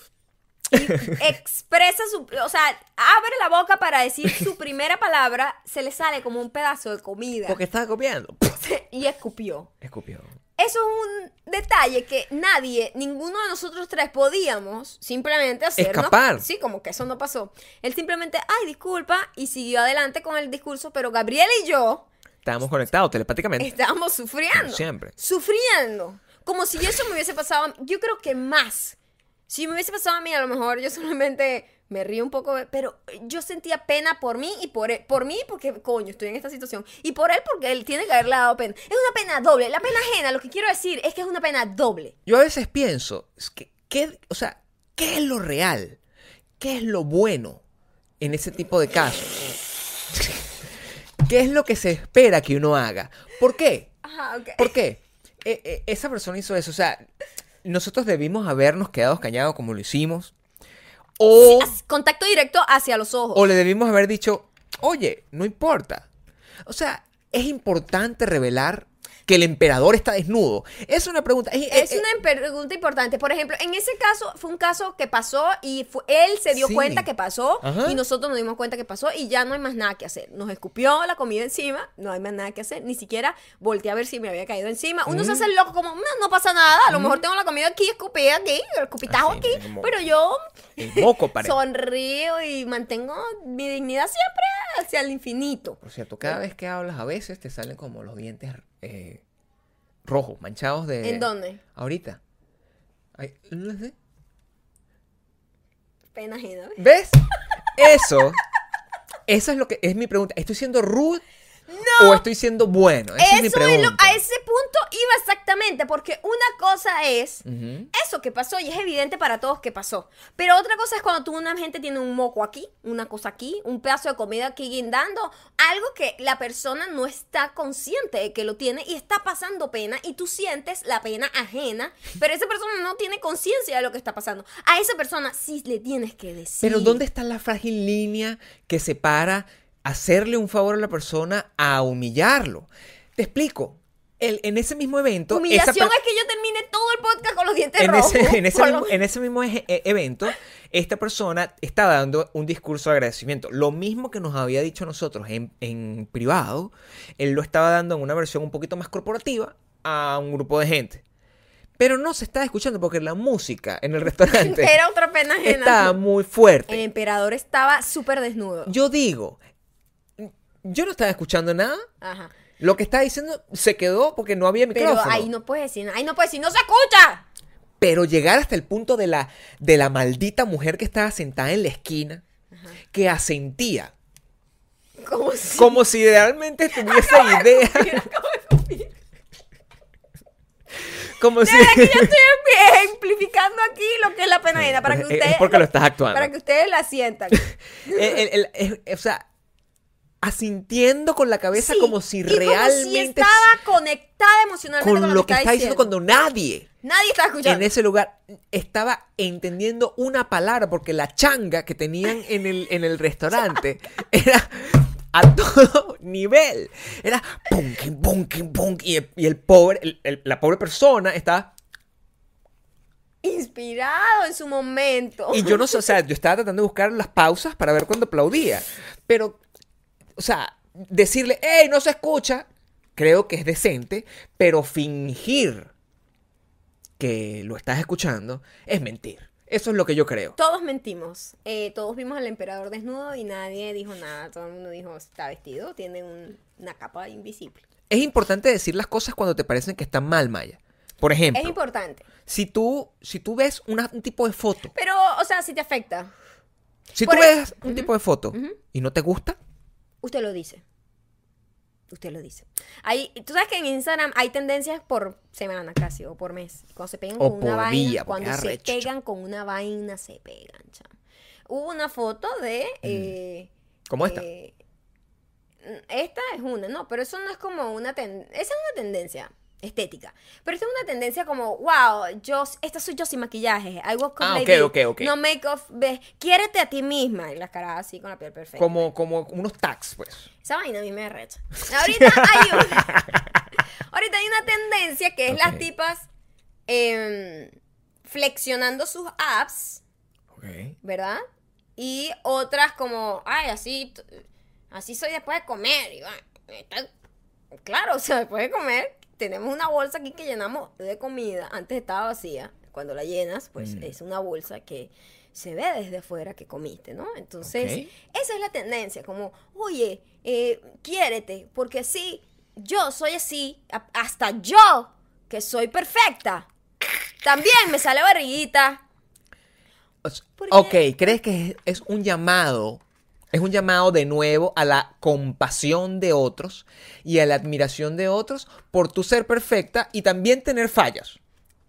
y expresa su... O sea, abre la boca para decir su primera palabra, se le sale como un pedazo de comida. Porque estaba copiando. Y escupió. Escupió. Eso es un detalle que nadie, ninguno de nosotros tres podíamos simplemente hacer. ¿no? Escapar. Sí, como que eso no pasó. Él simplemente, ay, disculpa, y siguió adelante con el discurso, pero Gabriel y yo Estábamos conectados telepáticamente. estábamos sufriendo. Como siempre. Sufriendo. Como si eso me hubiese pasado, a- yo creo que más. Si me hubiese pasado a mí, a lo mejor yo solamente me río un poco, pero yo sentía pena por mí y por él. Por mí porque, coño, estoy en esta situación. Y por él porque él tiene que haberle dado pena. Es una pena doble. La pena ajena, lo que quiero decir es que es una pena doble. Yo a veces pienso, es que, ¿qué, o sea, ¿qué es lo real? ¿Qué es lo bueno en ese tipo de casos? ¿Qué es lo que se espera que uno haga? ¿Por qué? Ajá, ok. ¿Por qué? Eh, eh, esa persona hizo eso. O sea, nosotros debimos habernos quedado callados como lo hicimos. O, As- Contacto directo hacia los ojos. o le debimos haber dicho, oye, no importa. O sea, es importante revelar que el emperador está desnudo. Es una pregunta. Es, Es eh, una pregunta importante. Por ejemplo, en ese caso fue un caso que pasó y fu- él se dio Sí. cuenta que pasó Ajá. y nosotros nos dimos cuenta que pasó y ya no hay más nada que hacer. Nos escupió la comida encima, no hay más nada que hacer. Ni siquiera volteé a ver si me había caído encima. Uno se hace el loco como, no, no pasa nada. A lo mejor tengo la comida aquí, escupí aquí, el escupitajo Así, aquí. como- Pero yo el moco parece. sonrío y mantengo mi dignidad siempre hacia el infinito. Por cierto, cada vez que hablas a veces te salen como los dientes eh, rojos, manchados de... ¿En dónde? Ahorita. Ay, no sé. Pena ajena. ¿ves? ¿Ves? Eso, eso es lo que es mi pregunta. ¿Estoy siendo rude o estoy siendo bueno? Esa es mi Eso es pregunta. lo, a ese punto iba exactamente. Exactamente, porque una cosa es Ujú. eso que pasó y es evidente para todos que pasó. Pero otra cosa es cuando tú, una gente tiene un moco aquí, una cosa aquí, un pedazo de comida aquí guindando, algo que la persona no está consciente de que lo tiene y está pasando pena y tú sientes la pena ajena, pero esa persona no tiene conciencia de lo que está pasando. A esa persona sí le tienes que decir. Pero ¿dónde está la frágil línea que separa hacerle un favor a la persona a humillarlo? Te explico. El, en ese mismo evento... Humillación esa per- es que yo termine todo el podcast con los dientes en rojos. ese, en, ese Por mismo, lo- en ese mismo eje- e- evento, esta persona está dando un discurso de agradecimiento. Lo mismo que nos había dicho a nosotros en, en privado, él lo estaba dando en una versión un poquito más corporativa a un grupo de gente. Pero no se estaba escuchando porque la música en el restaurante Era otra pena ajena. estaba muy El fuerte. emperador estaba súper desnudo. Yo digo, yo no estaba escuchando nada. Ajá. Lo que estaba diciendo se quedó porque no había Pero micrófono. ahí no puedes decir, ahí no puedes decir, ¡no se escucha! Pero llegar hasta el punto de la, de la maldita mujer que estaba sentada en la esquina, que asentía, Como si... como si realmente tuviese idea, Mira cómo me confío. como si... De verdad que yo estoy ejemplificando aquí lo que es la pena ajena para que Es- ustedes... es porque lo estás actuando. Para que ustedes la sientan. el- el- el- el- o sea, asintiendo con la cabeza Sí, como si y como si realmente... estaba conectada emocionalmente con con, lo que está diciendo cuando nadie Nadie está escuchando. en ese lugar estaba entendiendo una palabra, porque la changa que tenían en el, en el restaurante era a todo nivel. Era punkin, punkin, punkin. Y el, y el pobre, el- el- la pobre persona estaba... Inspirado en su momento. Y yo no sé, o sea, yo estaba tratando de buscar las pausas para ver cuándo aplaudía. Pero, o sea, decirle, ¡ey, no se escucha! Creo que es decente, pero fingir que lo estás escuchando es mentir. Eso es lo que yo creo. Todos mentimos. Eh, todos vimos al emperador desnudo y nadie dijo nada. Todo el mundo dijo, está vestido, tiene un- una capa invisible. Es importante decir las cosas cuando te parecen que están mal, Maya. Por ejemplo, Es importante. si tú, si tú ves una- un tipo de foto, Pero, o sea, si te afecta, si Por tú e- ves un tipo de foto y no te gusta, usted lo dice. Usted lo dice. Hay, tú sabes que en Instagram hay tendencias por semana casi, o por mes. Cuando se pegan O con una por vaina, día, porque cuando es se arrecho, pegan con una vaina, se pegan, chamo. Hubo una foto de... eh, como esta. eh, esta es una, no, pero eso no es como una tendencia. Esa es una tendencia estética. Pero esta es una tendencia como, wow, yo, esta soy yo sin maquillaje. I woke up Ah, like ok, this. ok, ok. No make off, ve, quiérete a ti misma. Y las caras así con la piel perfecta. Como, como unos tags, pues. Esa vaina a mí me arrecha. Ahorita hay una, ahorita hay una tendencia que es Ok. las tipas em, flexionando sus abs, Ok. ¿verdad? Y otras como, ay, así, t- así soy después de comer. Y va, está- claro, o sea, después de comer, tenemos una bolsa aquí que llenamos de comida. Antes estaba vacía. Cuando la llenas, pues Mm. es una bolsa que se ve desde afuera que comiste, ¿no? Entonces, Ok. esa es la tendencia, como, oye, eh, quiérete, porque sí, yo soy así, a- hasta yo, que soy perfecta, también me sale barriguita. O s- ¿Por qué? Ok, ¿crees que es, es un llamado? Es un llamado de nuevo a la compasión de otros y a la admiración de otros por tu ser perfecta y también tener fallas.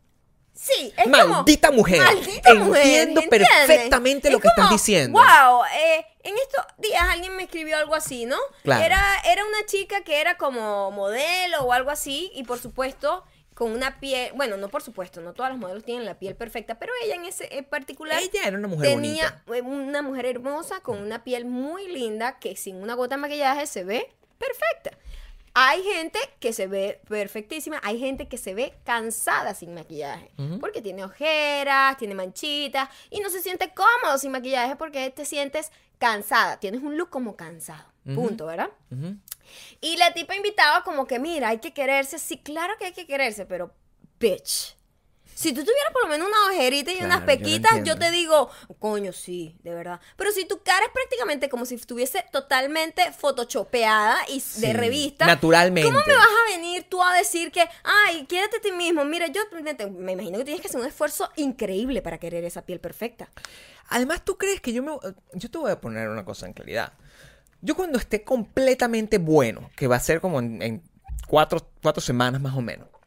Sí, es Maldita como, mujer. Maldita mujer. Entiendo ¿entiendes? perfectamente lo Es que estás como, diciendo. Wow, eh, en estos días alguien me escribió algo así, ¿no? Claro. Era, era una chica que era como modelo o algo así, y por supuesto, con una piel, bueno, no por supuesto, no todas las modelos tienen la piel perfecta, pero ella en ese en particular Ella era una mujer tenía bonita. una mujer hermosa con una piel muy linda que sin una gota de maquillaje se ve perfecta. Hay gente que se ve perfectísima, hay gente que se ve cansada sin maquillaje, Ujú. porque tiene ojeras, tiene manchitas y no se siente cómodo sin maquillaje porque te sientes cansada, tienes un look como cansado, Ujú. punto, ¿verdad? Ujú. Y la tipa invitaba como que, mira, hay que quererse, sí, claro que hay que quererse, pero, bitch, si tú tuvieras por lo menos una ojerita y Claro, unas yo lo pequitas, yo, entiendo. te digo, coño, sí, de verdad. Pero si tu cara es prácticamente como si estuviese totalmente photoshopeada y de Sí, revista, naturalmente. ¿cómo me vas a venir tú a decir que, ay, quiérete a ti mismo? Mira, yo me, me imagino que tienes que hacer un esfuerzo increíble para querer esa piel perfecta. Además, ¿tú crees que yo me... Yo te voy a poner una cosa en claridad. Yo cuando esté completamente bueno, que va a ser como en, en cuatro, cuatro semanas más o menos,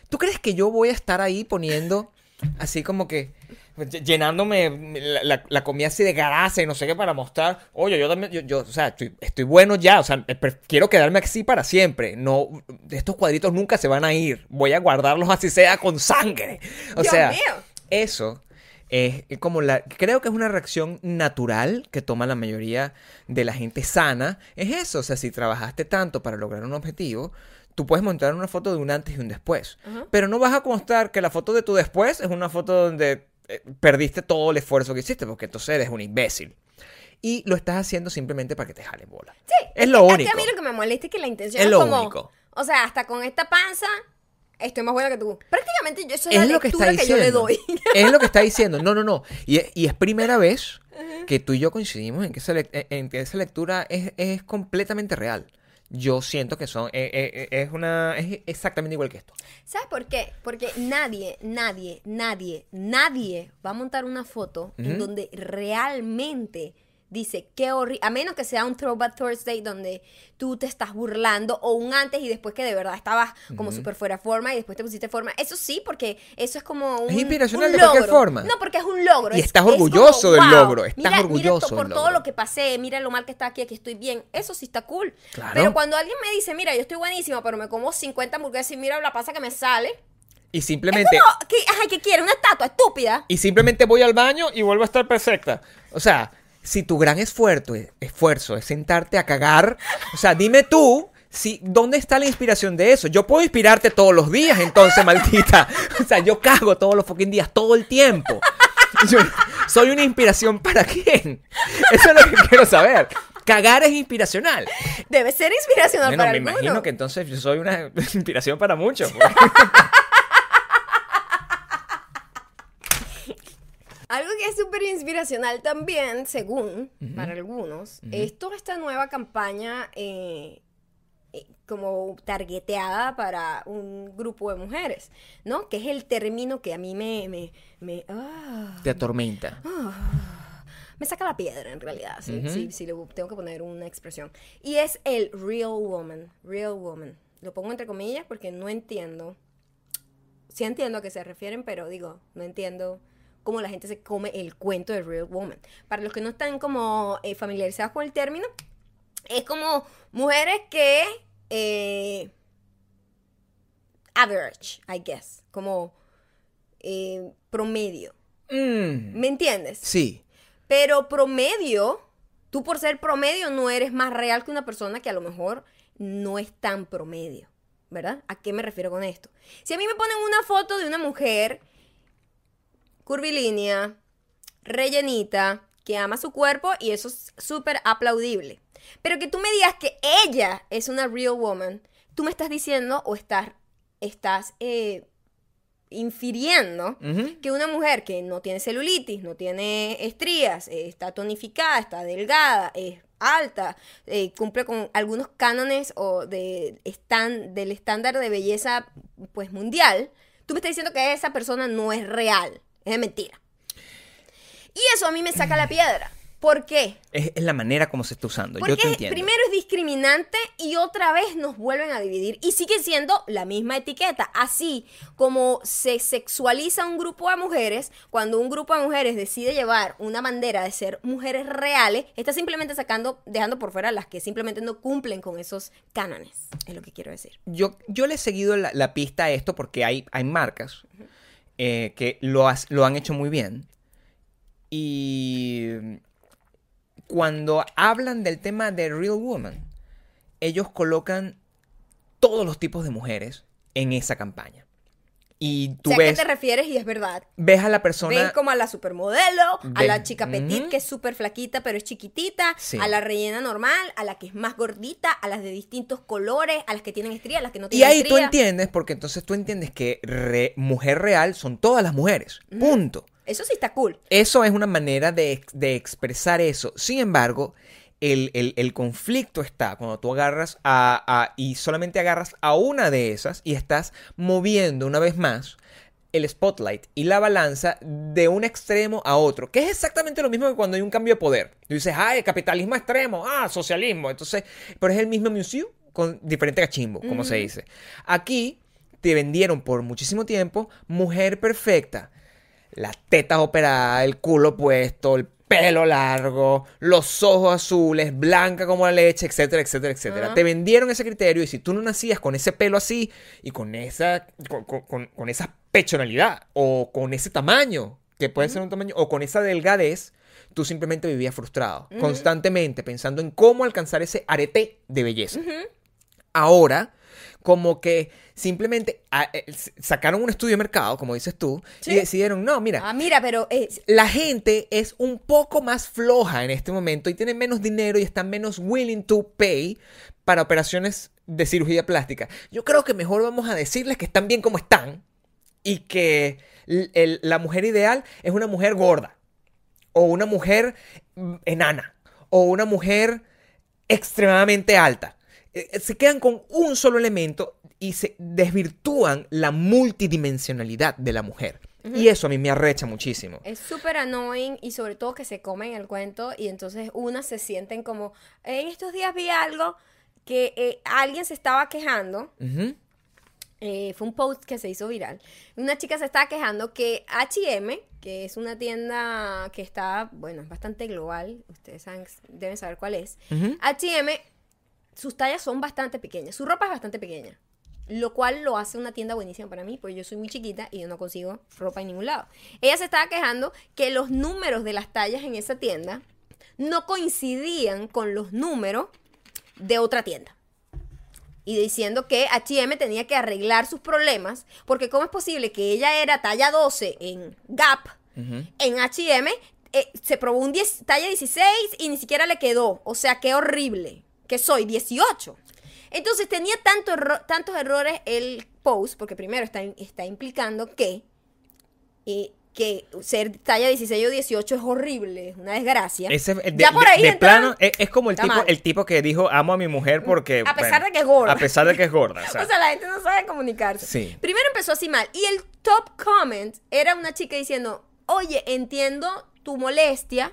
¿Tú crees que yo voy a estar ahí poniendo así como que llenándome la, la, la comida así de grasa y no sé qué para mostrar? Oye, yo también, yo, yo o sea, estoy, estoy bueno ya, o sea, quiero quedarme así para siempre. No, estos cuadritos nunca se van a ir. Voy a guardarlos así sea con sangre. O Dios sea, mío. eso es como la, creo que es una reacción natural que toma la mayoría de la gente sana. Es eso, o sea, si trabajaste tanto para lograr un objetivo, tú puedes montar una foto de un antes y un después. Uh-huh. Pero no vas a mostrar que la foto de tu después es una foto donde eh, perdiste todo el esfuerzo que hiciste, porque entonces eres un imbécil. Y lo estás haciendo simplemente para que te jalen bola. Sí. Es, es lo único. Es que a mí lo que me molesta es que la intención es, es lo como... único. O sea, hasta con esta panza... Estoy más buena que tú. Prácticamente yo eso es, es la lo que lectura está que yo le doy. Es lo que está diciendo. No, no, no. Y, y es primera vez que tú y yo coincidimos en que esa, en que esa lectura es, es completamente real. Yo siento que son es, es, es una es exactamente igual que esto. ¿Sabes por qué? Porque nadie, nadie, nadie, nadie va a montar una foto uh-huh. en donde realmente dice qué horrible, a menos que sea un Throwback Thursday donde tú te estás burlando, o un antes y después que de verdad estabas como uh-huh. súper fuera de forma y después te pusiste forma. Eso sí, porque eso es como un, es inspiracional un de logro. cualquier forma. No, porque es un logro. Y es, estás es orgulloso como, del wow, logro. Estás mira, orgulloso mira esto, del por logro. todo lo que pasé, mira lo mal que está aquí, aquí estoy bien. Eso sí está cool. Claro. Pero cuando alguien me dice, mira, yo estoy buenísima, pero me como cincuenta hamburguesas y mira la pasa que me sale. Y simplemente... Es como, ¿qué, ay, ¿qué quiere? ¿Una estatua estúpida? Y simplemente voy al baño y vuelvo a estar perfecta. O sea... Si tu gran esfuerzo, esfuerzo es sentarte a cagar, o sea, dime tú, si, ¿dónde está la inspiración de eso? Yo puedo inspirarte todos los días, entonces, maldita. O sea, yo cago todos los fucking días, todo el tiempo. Yo, ¿soy una inspiración para quién? Eso es lo que quiero saber. Cagar es inspiracional. Debe ser inspiracional bueno, para me alguno. imagino que entonces yo soy una inspiración para muchos. Algo que es súper inspiracional también, según, uh-huh. para algunos, uh-huh. es toda esta nueva campaña eh, eh, como targeteada para un grupo de mujeres, ¿no? Que es el término que a mí me... me, me ah, te atormenta. Ah, me saca la piedra, en realidad, sí, uh-huh. sí, sí, le tengo que poner una expresión. Y es el real woman, real woman. Lo pongo entre comillas porque no entiendo. Sí entiendo a qué se refieren, pero digo, no entiendo... cómo la gente se come el cuento de real woman. Para los que no están como eh, familiarizados con el término, es como mujeres que eh, average, I guess, como eh, promedio. Mm. ¿Me entiendes? Sí. Pero promedio, tú por ser promedio no eres más real que una persona que a lo mejor no es tan promedio, ¿verdad? ¿A qué me refiero con esto? Si a mí me ponen una foto de una mujer curvilínea, rellenita, que ama su cuerpo, y eso es súper aplaudible. Pero que tú me digas que ella es una real woman, tú me estás diciendo o estás, estás eh, infiriendo uh-huh. que una mujer que no tiene celulitis, no tiene estrías, eh, está tonificada, está delgada, es alta, eh, cumple con algunos cánones o de estan, del estándar de belleza pues mundial, tú me estás diciendo que esa persona no es real. Es de mentira. Y eso a mí me saca la piedra. ¿Por qué? Es, es la manera como se está usando. Porque yo te entiendo. Primero es discriminante y otra vez nos vuelven a dividir. Y sigue siendo la misma etiqueta. Así como se sexualiza un grupo de mujeres, cuando un grupo de mujeres decide llevar una bandera de ser mujeres reales, está simplemente sacando, dejando por fuera las que simplemente no cumplen con esos cánones. Es lo que quiero decir. Yo, yo le he seguido la, la pista a esto porque hay, hay marcas... Uh-huh. Eh, que lo, has, lo han hecho muy bien. Y cuando hablan del tema de Real Woman, ellos colocan todos los tipos de mujeres en esa campaña. Y tú sé ves... a qué te refieres y es verdad. Ves a la persona... Ven como a la supermodelo, ves, a la chica petit, uh-huh. que es súper flaquita pero es chiquitita, sí. a la rellena normal, a la que es más gordita, a las de distintos colores, a las que tienen estrías, a las que no y tienen ahí estrías. tú entiendes, porque entonces tú entiendes que re, mujer real son todas las mujeres. Uh-huh. Punto. Eso sí está cool. Eso es una manera de, de expresar eso. Sin embargo... El, el, el conflicto está cuando tú agarras a, a y solamente agarras a una de esas y estás moviendo una vez más el spotlight y la balanza de un extremo a otro, que es exactamente lo mismo que cuando hay un cambio de poder. Tú dices, ah, el capitalismo extremo, ah, socialismo. Entonces, pero es el mismo museo con diferente cachimbo, como uh-huh. se dice. Aquí te vendieron por muchísimo tiempo mujer perfecta. Las tetas operadas, el culo puesto, el pelo largo, los ojos azules, blanca como la leche, etcétera, etcétera, etcétera. Uh-huh. Te vendieron ese criterio y si tú no nacías con ese pelo así y con esa, con, con, con esa pechonalidad o con ese tamaño, que puede uh-huh. ser un tamaño, o con esa delgadez, tú simplemente vivías frustrado, uh-huh. constantemente pensando en cómo alcanzar ese arete de belleza. Uh-huh. Ahora, como que simplemente a, eh, sacaron un estudio de mercado, como dices tú, ¿sí? Y decidieron, no, mira, ah, mira, pero es... la gente es un poco más floja en este momento y tiene menos dinero y están menos willing to pay para operaciones de cirugía plástica. Yo creo que mejor vamos a decirles que están bien como están y que el, el, la mujer ideal es una mujer gorda o una mujer enana o una mujer extremadamente alta. Se quedan con un solo elemento y se desvirtúan la multidimensionalidad de la mujer. Uh-huh. Y eso a mí me arrecha muchísimo. Es súper annoying y sobre todo que se comen el cuento y entonces unas se sienten como... En estos días vi algo que eh, alguien se estaba quejando. Uh-huh. Eh, fue un post que se hizo viral. Una chica se estaba quejando que H y M, que es una tienda que está, bueno, es bastante global. Ustedes saben, deben saber cuál es. Uh-huh. H y M... sus tallas son bastante pequeñas, su ropa es bastante pequeña, lo cual lo hace una tienda buenísima para mí, porque yo soy muy chiquita y yo no consigo ropa en ningún lado. Ella se estaba quejando que los números de las tallas en esa tienda no coincidían con los números de otra tienda. Y diciendo que H y M tenía que arreglar sus problemas, porque ¿cómo es posible que ella era talla doce en Gap, uh-huh. en H y M, eh, se probó un diez, talla dieciséis y ni siquiera le quedó? O sea, qué horrible. Que soy dieciocho. Entonces tenía tanto erro- tantos errores el post, porque primero está, está implicando que, eh, que ser talla dieciséis o dieciocho es horrible, es una desgracia. Ese, de, ya por ahí de, de entra, plano, es, es como el tipo, el tipo que dijo amo a mi mujer porque... A pesar bueno, de que es gorda. A pesar de que es gorda. O sea, o sea la gente no sabe comunicarse. Sí. Primero empezó así mal. Y el top comment era una chica diciendo, oye, entiendo tu molestia,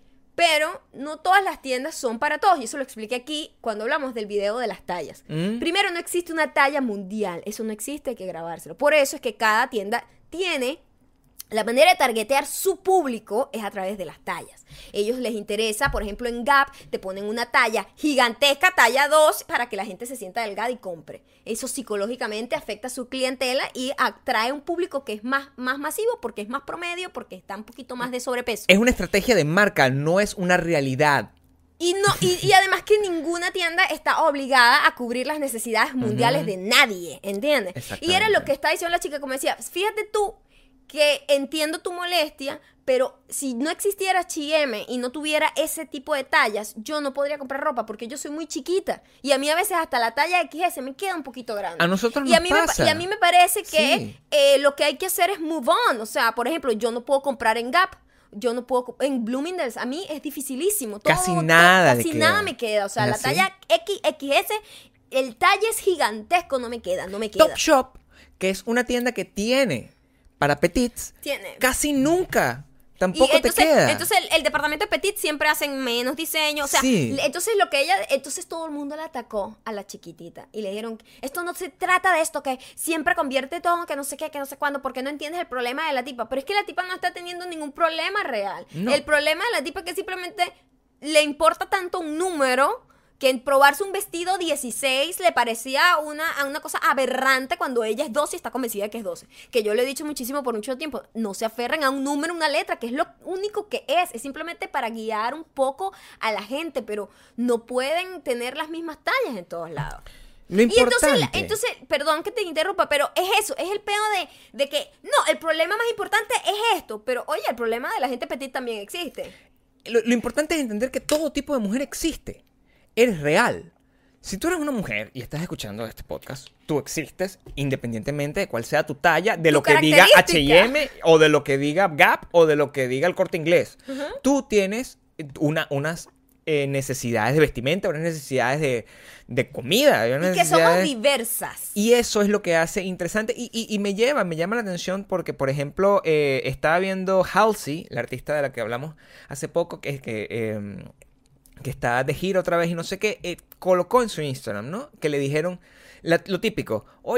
pero no todas las tiendas son para todos. Y eso lo expliqué aquí cuando hablamos del video de las tallas. Mm. Primero, no existe una talla mundial. Eso no existe, hay que grabárselo. Por eso es que cada tienda tiene... La manera de targetear su público es a través de las tallas. Ellos les interesa, por ejemplo, en Gap te ponen una talla gigantesca, talla dos, para que la gente se sienta delgada y compre. Eso psicológicamente afecta a su clientela y atrae un público que es más, más masivo porque es más promedio, porque está un poquito más de sobrepeso. Es una estrategia de marca, no es una realidad. Y, no, y, y además que ninguna tienda está obligada a cubrir las necesidades mundiales uh-huh. de nadie, ¿entiendes? Y era lo que estaba diciendo la chica, como decía, fíjate tú, que entiendo tu molestia, pero si no existiera H y M y no tuviera ese tipo de tallas, yo no podría comprar ropa porque yo soy muy chiquita. Y a mí a veces hasta la talla equis ese me queda un poquito grande. A nosotros y nos a mí pasa. Me, y a mí me parece que sí. eh, lo que hay que hacer es move on. O sea, por ejemplo, yo no puedo comprar en Gap. Yo no puedo... En Bloomingdale's, a mí es dificilísimo. Todo, casi nada todo, Casi queda. nada me queda. O sea, la ¿así? talla equis ese, el talle es gigantesco, no me queda, no me queda. Topshop, que es una tienda que tiene... para petits, tiene. Casi nunca. Tampoco y entonces, te queda. Entonces el, el departamento de petit siempre hacen menos diseño. O sea, sí. entonces lo que ella. Entonces todo el mundo la atacó a la chiquitita. Y le dijeron, esto no se trata de esto, que siempre convierte todo, que no sé qué, que no sé cuándo, porque no entiendes el problema de la tipa. Pero es que la tipa no está teniendo ningún problema real. No. El problema de la tipa es que simplemente le importa tanto un número que en probarse un vestido dieciséis le parecía una, una cosa aberrante cuando ella es doce y está convencida de que es doce. Que yo le he dicho muchísimo por mucho tiempo, no se aferren a un número, una letra, que es lo único que es. Es simplemente para guiar un poco a la gente, pero no pueden tener las mismas tallas en todos lados. Lo importante. Y entonces, entonces, perdón que te interrumpa, pero es eso, es el pedo de, de que, no, el problema más importante es esto, pero oye, el problema de la gente petit también existe. Lo, lo importante es entender que todo tipo de mujer existe. Eres real. Si tú eres una mujer y estás escuchando este podcast, tú existes independientemente de cuál sea tu talla, de tu lo que diga H y M o de lo que diga Gap o de lo que diga el Corte Inglés. Uh-huh. Tú tienes una, unas eh, necesidades de vestimenta, unas necesidades de, de comida. Y que somos diversas. Y eso es lo que hace interesante. Y, y, y me lleva, me llama la atención porque, por ejemplo, eh, estaba viendo Halsey, la artista de la que hablamos hace poco, que es que... Eh, que está de gira otra vez y no sé qué, eh, colocó en su Instagram, ¿no? Que le dijeron la, lo típico, oye,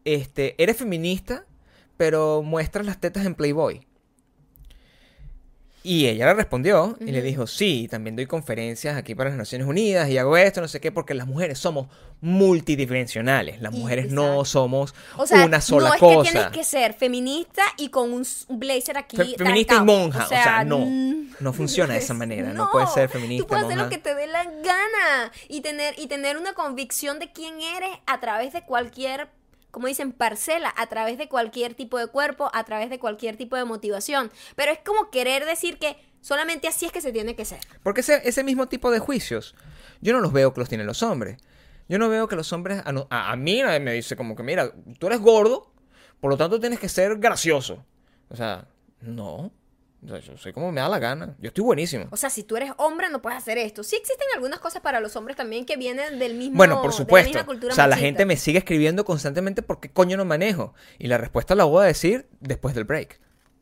este, ¿eres feminista, pero muestras las tetas en Playboy? Y ella le respondió uh-huh. y le dijo, sí, también doy conferencias aquí para las Naciones Unidas y hago esto, no sé qué, porque las mujeres somos multidimensionales. Las mujeres Exacto. no somos o sea, una sola no es cosa. Que tienes que ser feminista y con un blazer aquí. Fe- feminista trancado. y monja. O sea, o sea, no. No funciona de esa manera. No, no puedes ser feminista. Tú puedes monja. hacer lo que te dé la gana y tener, y tener una convicción de quién eres a través de cualquier, como dicen, parcela, a través de cualquier tipo de cuerpo, a través de cualquier tipo de motivación. Pero es como querer decir que solamente así es que se tiene que ser. Porque ese, ese mismo tipo de juicios, yo no los veo que los tienen los hombres. Yo no veo que los hombres, a, a, a mí nadie me dice como que, mira, tú eres gordo, por lo tanto tienes que ser gracioso. O sea, no. O sea, yo soy como me da la gana. Yo estoy buenísimo. O sea, si tú eres hombre no puedes hacer esto. Sí existen algunas cosas para los hombres también que vienen del mismo, bueno, por supuesto. de la misma cultura o sea, machista. La gente me sigue escribiendo constantemente porque coño no manejo. Y la respuesta la voy a decir después del break.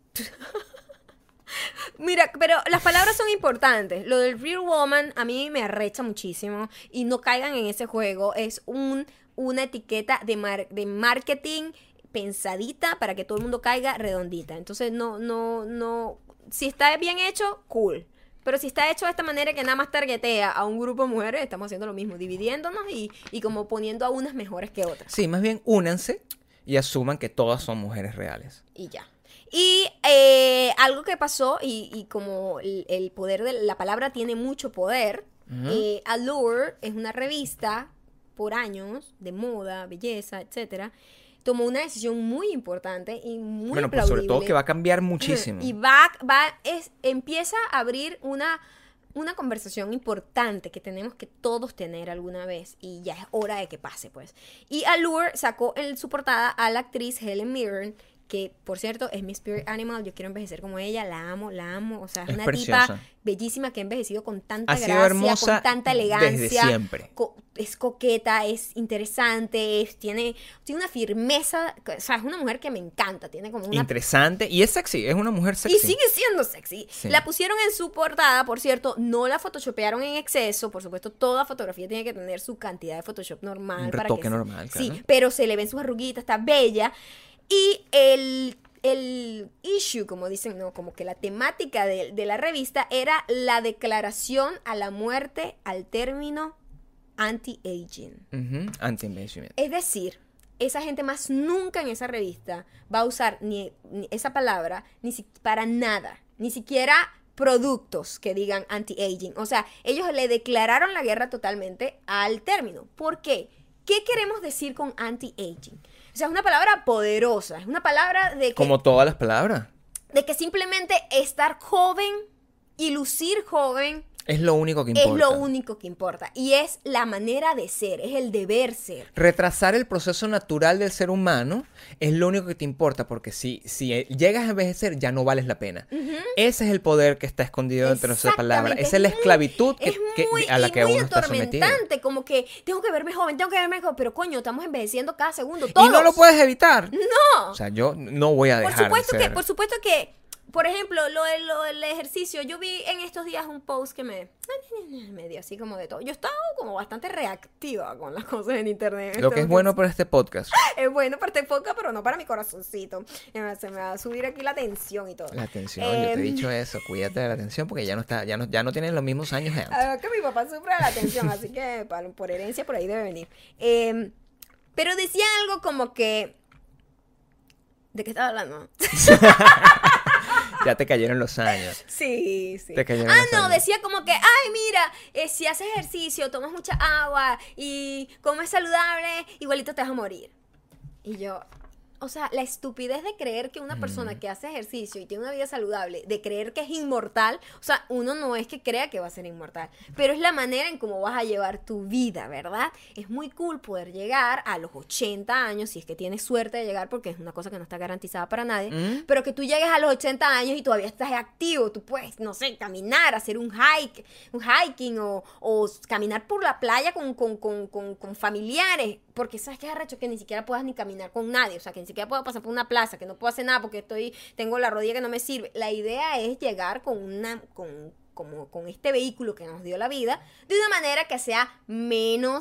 Mira, pero las palabras son importantes. Lo del real woman a mí me arrecha muchísimo. Y no caigan en ese juego. Es un, una etiqueta de, mar, de marketing pensadita para que todo el mundo caiga redondita. Entonces, no, no, no... Si está bien hecho, cool. Pero si está hecho de esta manera que nada más targetea a un grupo de mujeres, estamos haciendo lo mismo, dividiéndonos y, y como poniendo a unas mejores que otras. Sí, más bien únanse y asuman que todas son mujeres reales. Y ya. Y eh, algo que pasó, y, y como el, el poder de la palabra tiene mucho poder, uh-huh. eh, Allure es una revista por años de moda, belleza, etcétera, tomó una decisión muy importante y muy bueno, aplaudible. Pues sobre todo que va a cambiar muchísimo. Y va, va es, empieza a abrir una, una conversación importante que tenemos que todos tener alguna vez y ya es hora de que pase, pues. Y Allure sacó en su portada a la actriz Helen Mirren, que, por cierto, es mi spirit animal. Yo quiero envejecer como ella. La amo, la amo. O sea, es, es una preciosa. Tipa bellísima que ha envejecido con tanta ha sido gracia, hermosa con tanta elegancia. Desde siempre. Co- es coqueta, es interesante, es, tiene, tiene una firmeza. O sea, es una mujer que me encanta. Tiene como una... Interesante. Y es sexy. Es una mujer sexy. Y sigue siendo sexy. Sí. La pusieron en su portada, por cierto. No la photoshopearon en exceso. Por supuesto, toda fotografía tiene que tener su cantidad de Photoshop normal. Un para retoque que normal, se... claro. Sí, pero se le ven sus arruguitas, está bella. Y el, el issue, como dicen, no, como que la temática de, de la revista era la declaración a la muerte al término anti-aging. Uh-huh. Anti-envejecimiento. Es decir, esa gente más nunca en esa revista va a usar ni, ni esa palabra ni si, para nada, ni siquiera productos que digan anti-aging. O sea, ellos le declararon la guerra totalmente al término. ¿Por qué? ¿Qué queremos decir con anti-aging? O sea, es una palabra poderosa, es una palabra de que... Como todas las palabras. De que simplemente estar joven y lucir joven... Es lo único que importa. Es lo único que importa. Y es la manera de ser, es el deber ser. Retrasar el proceso natural del ser humano es lo único que te importa, porque si, si llegas a envejecer ya no vales la pena. Uh-huh. Ese es el poder que está escondido dentro de esa palabra. Esa es la esclavitud que, que, muy, a la que uno está sometido. Es muy como que tengo que verme joven, tengo que verme joven, pero coño, estamos envejeciendo cada segundo. Todos. Y no lo puedes evitar. No. O sea, yo no voy a dejar por supuesto de ser... que, por supuesto que por ejemplo, lo, lo del ejercicio, yo vi en estos días un post que me, me dio así como de todo. Yo estaba como bastante reactiva con las cosas en internet. Lo que es bueno para este podcast. Es bueno para este podcast, pero no para mi corazoncito. Se me va a subir aquí la tensión y todo. La tensión, eh, yo te he dicho eso, cuídate de la tensión porque ya no está, ya no, ya no tienen los mismos años de antes. A ver, que mi papá sufre de la tensión, así que por herencia por ahí debe venir. Eh, pero decía algo como que... ¿De qué estaba hablando? Ya te cayeron los años. Sí, sí. Te cayeron ah, los no, años. decía como que, ay, mira, eh, si haces ejercicio, tomas mucha agua y comes saludable, igualito te vas a morir. Y yo, o sea, la estupidez de creer que una persona mm. que hace ejercicio y tiene una vida saludable, de creer que es inmortal, o sea, uno no es que crea que va a ser inmortal, pero es la manera en cómo vas a llevar tu vida, ¿verdad? Es muy cool poder llegar a los ochenta años, si es que tienes suerte de llegar, porque es una cosa que no está garantizada para nadie, mm. pero que tú llegues a los ochenta años y todavía estás activo, tú puedes, no sé, caminar, hacer un hike, un hiking o, o caminar por la playa con, con, con, con, con familiares, porque sabes que es arrecho que ni siquiera puedas ni caminar con nadie, o sea, que ni siquiera puedo pasar por una plaza, que no puedo hacer nada porque estoy, tengo la rodilla que no me sirve. La idea es llegar con una, con, como, con este vehículo que nos dio la vida, de una manera que sea menos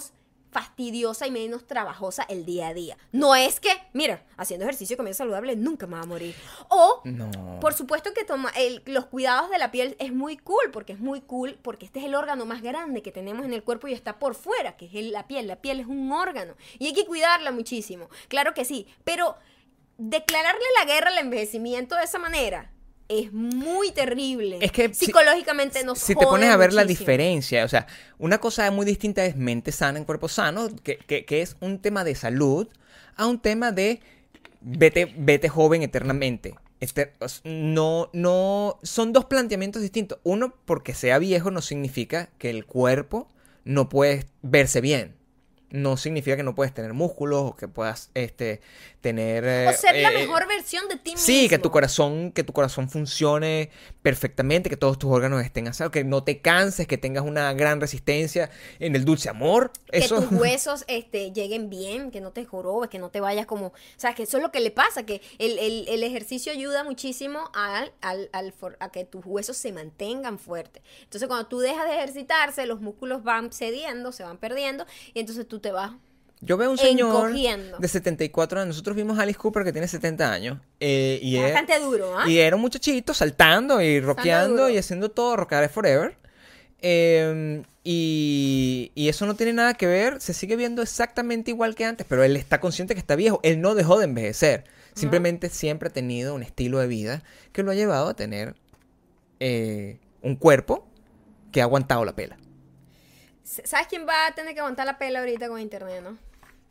fastidiosa y menos trabajosa el día a día. No es que, mira, haciendo ejercicio y comiendo saludable nunca me va a morir. O, No. por supuesto que toma el- los cuidados de la piel es muy cool, porque es muy cool, porque este es el órgano más grande que tenemos en el cuerpo y está por fuera, que es el- la piel. La piel es un órgano y hay que cuidarla muchísimo. Claro que sí, pero declararle la guerra al envejecimiento de esa manera es muy terrible. Es que si- psicológicamente nos Si te pones jode a ver la muchísimo. diferencia, o sea, una cosa muy distinta es mente sana en cuerpo sano, que, que, que es un tema de salud, a un tema de vete, vete joven eternamente. Este, o s- no, no, son dos planteamientos distintos. Uno, porque sea viejo no significa que el cuerpo no puede verse bien. No significa que no puedes tener músculos o que puedas este, tener... O eh, ser la eh, mejor versión de ti mismo. Sí, que tu corazón, que tu corazón funcione perfectamente, que todos tus órganos estén a salvo, que no te canses, que tengas una gran resistencia en el dulce amor. Que Eso. tus huesos este, lleguen bien, que no te jorobes, que no te vayas como... O sea, que eso es lo que le pasa, que el, el- el ejercicio ayuda muchísimo al, al, al for- a que tus huesos se mantengan fuertes. Entonces, cuando tú dejas de ejercitarse, los músculos van cediendo, se van perdiendo, y entonces tú te vas... Yo veo un señor encogiendo. de setenta y cuatro años. Nosotros vimos a Alice Cooper que tiene setenta años. eh, y, Es es- bastante duro, ¿ah? y era un muchachito saltando y rockeando duro. y haciendo todo, Rockear Forever. Eh, y, y eso no tiene nada que ver, se sigue viendo exactamente igual que antes, pero él está consciente que está viejo, él no dejó de envejecer, simplemente siempre ha tenido un estilo de vida que lo ha llevado a tener eh, un cuerpo que ha aguantado la pela. ¿Sabes quién va a tener que aguantar la pela ahorita con internet, no?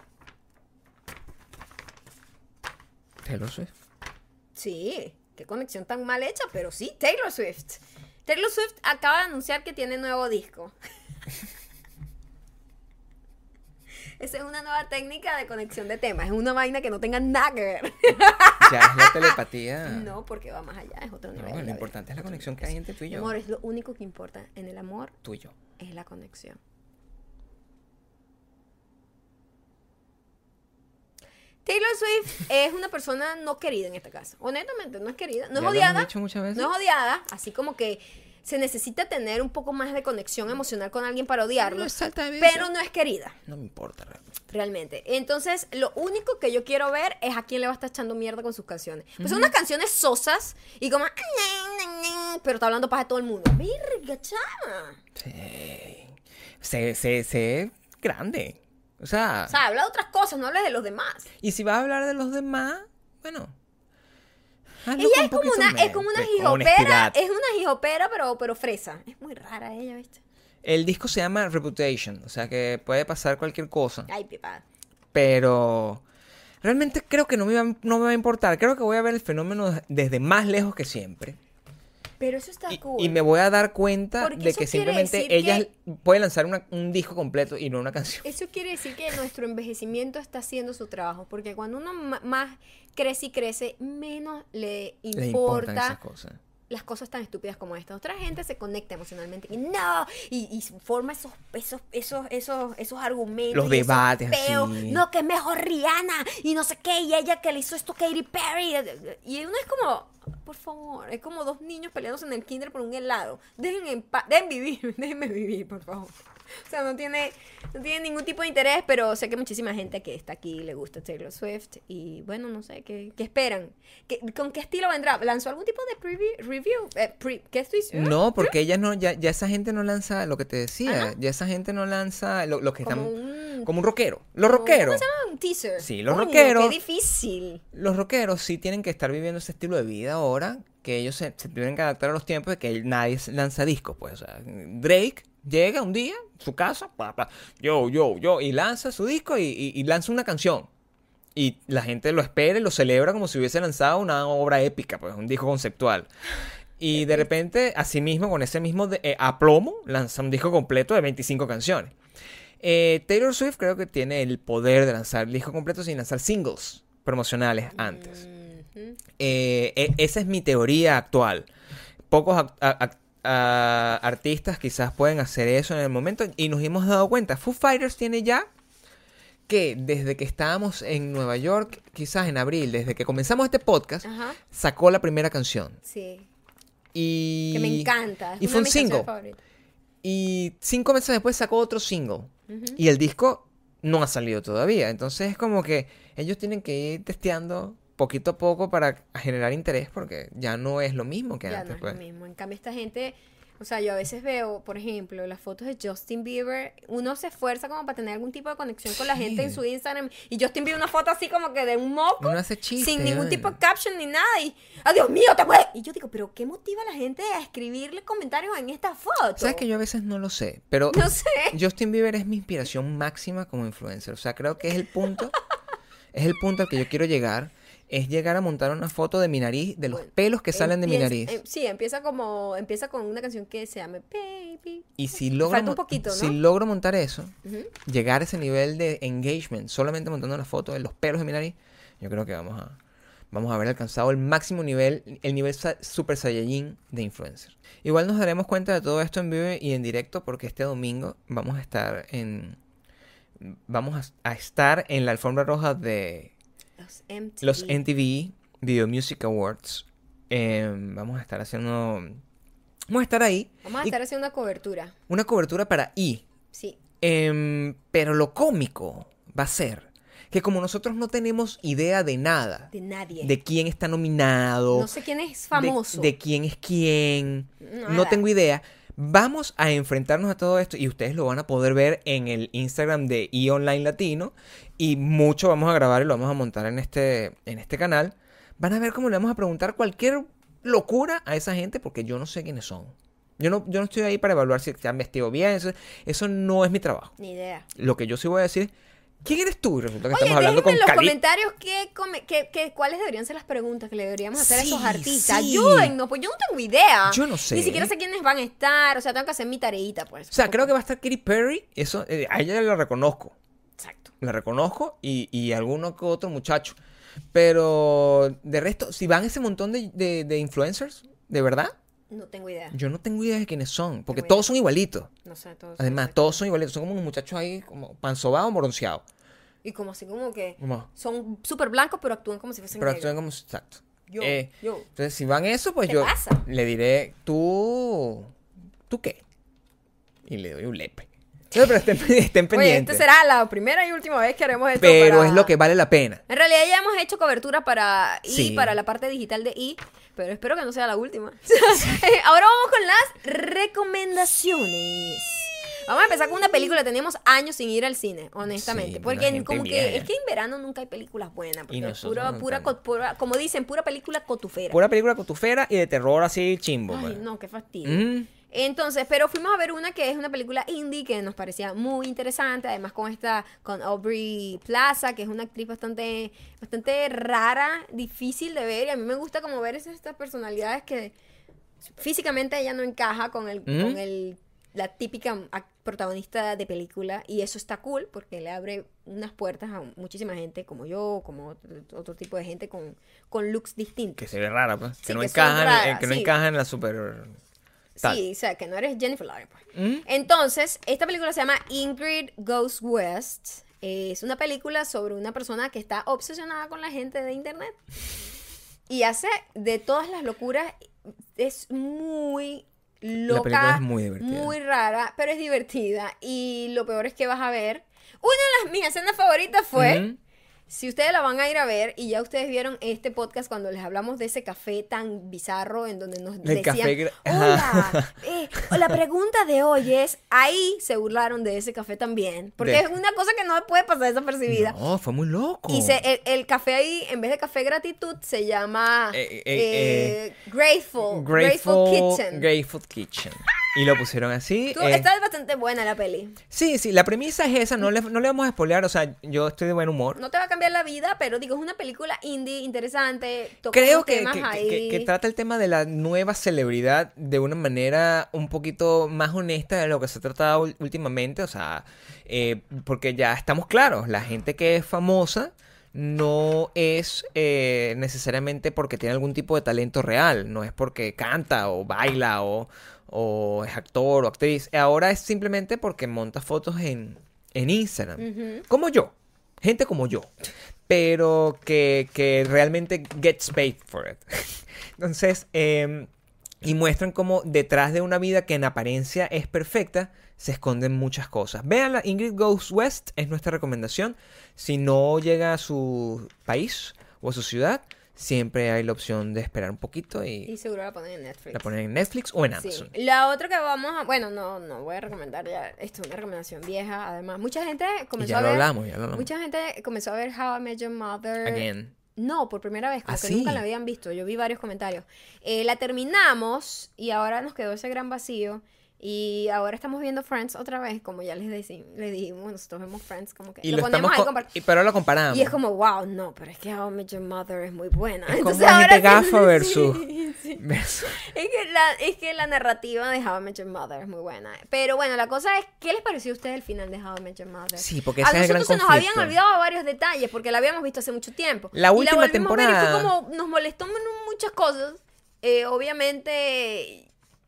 Taylor Swift. Sí, qué conexión tan mal hecha, pero sí, Taylor Swift. Taylor Swift acaba de anunciar que tiene nuevo disco. Esa es una nueva técnica de conexión de temas. Es una vaina que no tenga nada que ver. Ya es la telepatía. No, porque va más allá, es otro No, nivel. lo importante es la conexión que hay entre tú y Mi yo. amor, es lo único que importa en el amor, Tú y yo. es la conexión. Taylor Swift es una persona no querida en esta casa. Honestamente, no es querida. No Ya es lo hemos odiada. dicho muchas veces. No es odiada. Así como que se necesita tener un poco más de conexión emocional con alguien para odiarlo. No es alta de visión. Pero no es querida, No me importa realmente. realmente. Entonces, lo único que yo quiero ver es a quién le va a estar echando mierda con sus canciones. Pues son unas canciones sosas y como... Pero está hablando para todo el mundo. Virga, chama. Sí. Sé, sé, sé grande. O sea, O sea, habla de otras cosas, no hables de los demás. y si vas a hablar de los demás, bueno. hazlo Ella con es como poquito una, mente, es como una con hijopera, honestidad. es una hijopera, pero, pero fresa. Es muy rara ella, ¿viste? El disco se llama Reputation, o sea que puede pasar cualquier cosa. Ay, pipa. Pero realmente creo que no me, va, no me va a importar. Creo que voy a ver el fenómeno desde más lejos que siempre. Pero eso está Y, cool. y me voy a dar cuenta Porque de eso que quiere simplemente decir ella que- puede lanzar una- un disco completo y no una canción. Eso quiere decir que nuestro envejecimiento está haciendo su trabajo, porque cuando uno ma- más crece y crece, menos le Le importan esas importa cosas. las cosas tan estúpidas como esta. Otra gente se conecta emocionalmente y no, y, y forma esos, esos, esos, esos, esos argumentos. Los y esos debates peos. así. No, que es mejor Rihanna y no sé qué, y ella que le hizo esto a Katy Perry. Y uno es como, por favor, es como dos niños peleándose en el kinder por un helado. Dejen en paz, dejen vivir, déjenme vivir, por favor. O sea, no tiene, no tiene ningún tipo de interés, pero sé que muchísima gente que está aquí le gusta Taylor Swift. Y bueno, no sé, ¿qué, qué esperan? ¿Qué- ¿Con qué estilo vendrá? ¿Lanzó algún tipo de preview? Review? Eh, pre- ¿Qué estoy diciendo? No, porque ella no, ya, ya esa gente no lanza lo que te decía. Ajá. Ya esa gente no lanza lo, lo que Como están. un... Como un rockero. Los como- rockeros. ¿Cómo se llama? Un teaser. Sí, los Coño, rockeros. Qué difícil. Los rockeros sí tienen que estar viviendo ese estilo de vida ahora. Que ellos se, se tienen que adaptar a los tiempos de que nadie lanza discos. Pues, o sea, Drake llega un día, su casa, pa, pa, yo, yo, yo, y lanza su disco y, y- y lanza una canción. Y la gente lo espera y lo celebra como si hubiese lanzado una obra épica, pues un disco conceptual. Y de repente, así mismo, con ese mismo de- eh, aplomo, lanza un disco completo de veinticinco canciones. Eh, Taylor Swift creo que tiene el poder de lanzar el disco completo sin lanzar singles promocionales antes. Ujú. Eh, e- esa es mi teoría actual. Pocos ac- a- ac- a- artistas quizás pueden hacer eso en el momento y nos hemos dado cuenta. Foo Fighters tiene ya que desde que estábamos en Nueva York, quizás en abril, desde que comenzamos este podcast, Ajá. sacó la primera canción. Sí. Y, Que me encanta. Es Y una fue de un mis single. canciones favoritas. Y cinco meses después sacó otro single. Ujú. Y el disco no ha salido todavía. Entonces es como que ellos tienen que ir testeando poquito a poco para generar interés porque ya no es lo mismo que Ya antes. no es Pues. lo mismo. En cambio, esta gente, o sea, yo a veces veo, por ejemplo, las fotos de Justin Bieber, uno se esfuerza como para tener algún tipo de conexión con la Sí. gente en su Instagram, y Justin Bieber una foto así como que de un moco, Uno hace chistes, sin ningún ¿no? tipo de caption ni nada, y ¡ah, Dios mío, te puedes! Y yo digo, ¿pero qué motiva a la gente a escribirle comentarios en esta foto? ¿Sabes que yo a veces no lo sé? Pero No sé. Justin Bieber es mi inspiración máxima como influencer. O sea, creo que es el punto, es el punto al que yo quiero llegar. Es llegar a montar una foto de mi nariz, de los Bueno, pelos que salen de mi empieza- nariz. em- sí, empieza como, empieza con una canción que se llama Baby. Y si logro, falta un mon- poquito, ¿no? si logro montar eso, Ujú. llegar a ese nivel de engagement, solamente montando la foto de los pelos de mi nariz, yo creo que vamos a, vamos a haber alcanzado el máximo nivel, el nivel sa- Super Saiyajin de influencer. Igual nos daremos cuenta de todo esto en vivo y en directo porque este domingo vamos a estar en, vamos a, a estar en la alfombra roja de Los M T V. los M T V Video Music Awards. Eh, vamos a estar haciendo, vamos a estar ahí. Vamos a y estar haciendo una cobertura. una cobertura para E! Sí. Em, pero lo cómico va a ser que como nosotros no tenemos idea de nada, De nadie. de quién está nominado, No sé quién es de- famoso. de, quién es quién, Nada. no tengo idea, vamos a enfrentarnos a todo esto y ustedes lo van a poder ver en el Instagram de E! Online Latino y mucho vamos a grabar y lo vamos a montar en este, en este canal. Van a ver cómo le vamos a preguntar cualquier locura a esa gente porque yo no sé quiénes son. Yo no, yo no estoy ahí para evaluar si se han vestido bien. Eso, eso no es mi trabajo. Ni idea. Lo que yo sí voy a decir es, ¿quién eres tú? Y resulta que Oye, estamos hablando déjenme con en los Cali. comentarios qué, come- qué- qué- cuáles deberían ser las preguntas que le deberíamos hacer a esos Sí, artistas. sí. Ayúdennos, pues yo no tengo idea. Yo no sé. Ni siquiera sé quiénes van a estar. O sea, tengo que hacer mi tareita, pues. O sea, creo que va a estar Katy Perry. Eso, eh, a ella la reconozco. Exacto. La reconozco y, y alguno que otro muchacho. Pero de resto, si van ese montón de, de- de influencers, ¿de verdad? No tengo idea. Yo no tengo idea de quiénes son. Porque Tengo todos idea. son igualitos. No sé, todos. Además, exacto. todos son igualitos. Son como unos muchachos ahí, como panzobados o bronceados. Y como así, como que Como- son súper blancos, pero actúan como si fuesen Pero negros. actúan como... Exacto. Yo, Eh, yo. Entonces, si van eso, pues ¿Qué yo pasa? le diré, tú... ¿Tú qué? Y le doy un lepe. Entonces, pero estén, estén Oye, pendientes. esta será la primera y última vez que haremos esto. Pero para- es lo que vale la pena. En realidad ya hemos hecho cobertura para I, Sí. para la parte digital de I, pero espero que no sea la última. Ahora vamos con las recomendaciones. Vamos a empezar con una película. Tenemos años sin ir al cine, honestamente. Sí, porque la gente como que viaja. es que en verano nunca hay películas buenas. Porque Y es nosotros pura, no pura, estamos. co- pura- como dicen, pura película cotufera. Pura película cotufera y de terror así chimbo. Ay, pues. no, qué fastidio. Mm. Entonces, pero fuimos a ver una que es una película indie que nos parecía muy interesante, además con esta, con Aubrey Plaza, que es una actriz bastante, bastante rara, difícil de ver, y a mí me gusta como ver esas, estas personalidades que físicamente ella no encaja con el, ¿Mm? con el, la típica ac- protagonista de película, y eso está cool, porque le abre unas puertas a muchísima gente, como yo, como otro, otro tipo de gente con, con looks distintos. Que se ve rara, pues. Sí, que no que son encaja, en- raras, que no sí. encaja en la super... tal. Sí, o sea, que no eres Jennifer Lawrence, pues. ¿Mm? Entonces, esta película se llama Ingrid Goes West. Es una película sobre una persona que está obsesionada con la gente de internet. Y hace de todas las locuras. Es muy loca. película es muy divertida. muy rara, pero es divertida. Y lo peor es que vas a ver. Una de las mis escenas favoritas fue. Ujú. Si ustedes la van a ir a ver, y ya ustedes vieron este podcast cuando les hablamos de ese café tan bizarro en donde nos Del decían, café gra- hola, eh, la pregunta de hoy es, ahí se burlaron de ese café también, porque De- es una cosa que no puede pasar desapercibida. No, fue muy loco. Y se, el, el café ahí, en vez de café gratitud, se llama Eh, eh, eh, Grateful, Grateful, Grateful Kitchen. Grateful Kitchen. Y lo pusieron así. Tú- eh, Está bastante buena la peli. Sí, sí, la premisa es esa, no le, no le vamos a spoilear, o sea, yo estoy de buen humor. No te va a cambiar la vida, pero digo, es una película indie interesante. toca Creo unos que, temas que- ahí. que- que trata el tema de la nueva celebridad de una manera un poquito más honesta de lo que se ha tratado ul- últimamente, o sea, eh, porque ya estamos claros, la gente que es famosa no es eh, necesariamente porque tiene algún tipo de talento real, no es porque canta o baila o, o es actor o actriz, ahora es simplemente porque monta fotos en, en Instagram, Ujú. como yo, gente como yo, pero que, que realmente gets paid for it. Entonces, eh, Y muestran cómo detrás de una vida que en apariencia es perfecta, se esconden muchas cosas. Véanla, Ingrid Goes West es nuestra recomendación. Si no llega a su país o a su ciudad, siempre hay la opción de esperar un poquito y, y seguro la ponen en Netflix. La ponen en Netflix o en Amazon. Sí. La otra que vamos a... Bueno, no, no voy a recomendar ya. Esto es una recomendación vieja. Además, mucha gente comenzó y ya a lo ver... hablamos, ya lo hablamos. Mucha gente comenzó a ver How I Met Your Mother... Again. No, por primera vez, como ¿Ah, que sí? nunca la habían visto. Yo vi varios comentarios. Eh, la terminamos y ahora nos quedó ese gran vacío. Y ahora estamos viendo Friends otra vez, como ya les, decí, les dijimos, nosotros vemos Friends como que Y lo, lo ponemos estamos ahí co- compar- y, pero lo comparamos. Y es como, wow, no, pero es que How I Met Your Mother es muy buena. Es como Entonces ahora Agente Gafa sí, versus- sí, sí. versus- Es que, la, es que la narrativa de How I Met Your Mother es muy buena. Pero bueno, la cosa es, ¿qué les pareció a ustedes el final de How I Met Your Mother? Sí, porque A ese es el gran nosotros se nos habían conflicto. olvidado varios detalles porque la habíamos visto hace mucho tiempo. La Y última volvimos a ver y fue temporada- como, nos molestó muchas cosas. Eh, obviamente...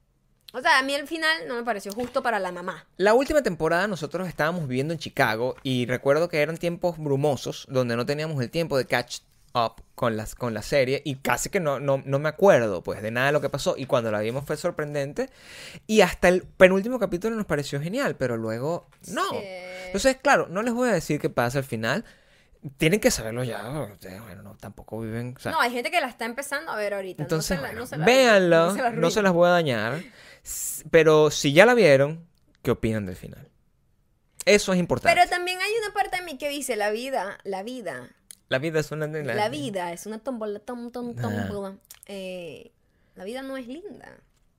O sea, a mí el final no me pareció justo para la mamá. La última temporada nosotros estábamos viviendo en Chicago y recuerdo que eran tiempos brumosos donde no teníamos el tiempo de catch up con, las, con la serie y casi que no, no, no me acuerdo pues de nada de lo que pasó y cuando la vimos fue sorprendente y hasta el penúltimo capítulo nos pareció genial, pero luego no. Sí. Entonces, claro, no les voy a decir qué pasa al final. Tienen que saberlo ya. Ustedes, bueno, no, tampoco viven. O sea, No, hay gente que la está empezando a ver ahorita. entonces, no se la, bueno, no se la- véanlo. no se la No se arruinen. las voy a dañar. S- Pero si ya la vieron, ¿qué opinan del final? Eso es importante. Pero también hay una parte de mí que dice, la vida, la vida, La vida es una... la vida es una tómbola, tom, tom, Ah. tómbola. Eh, la vida no es linda.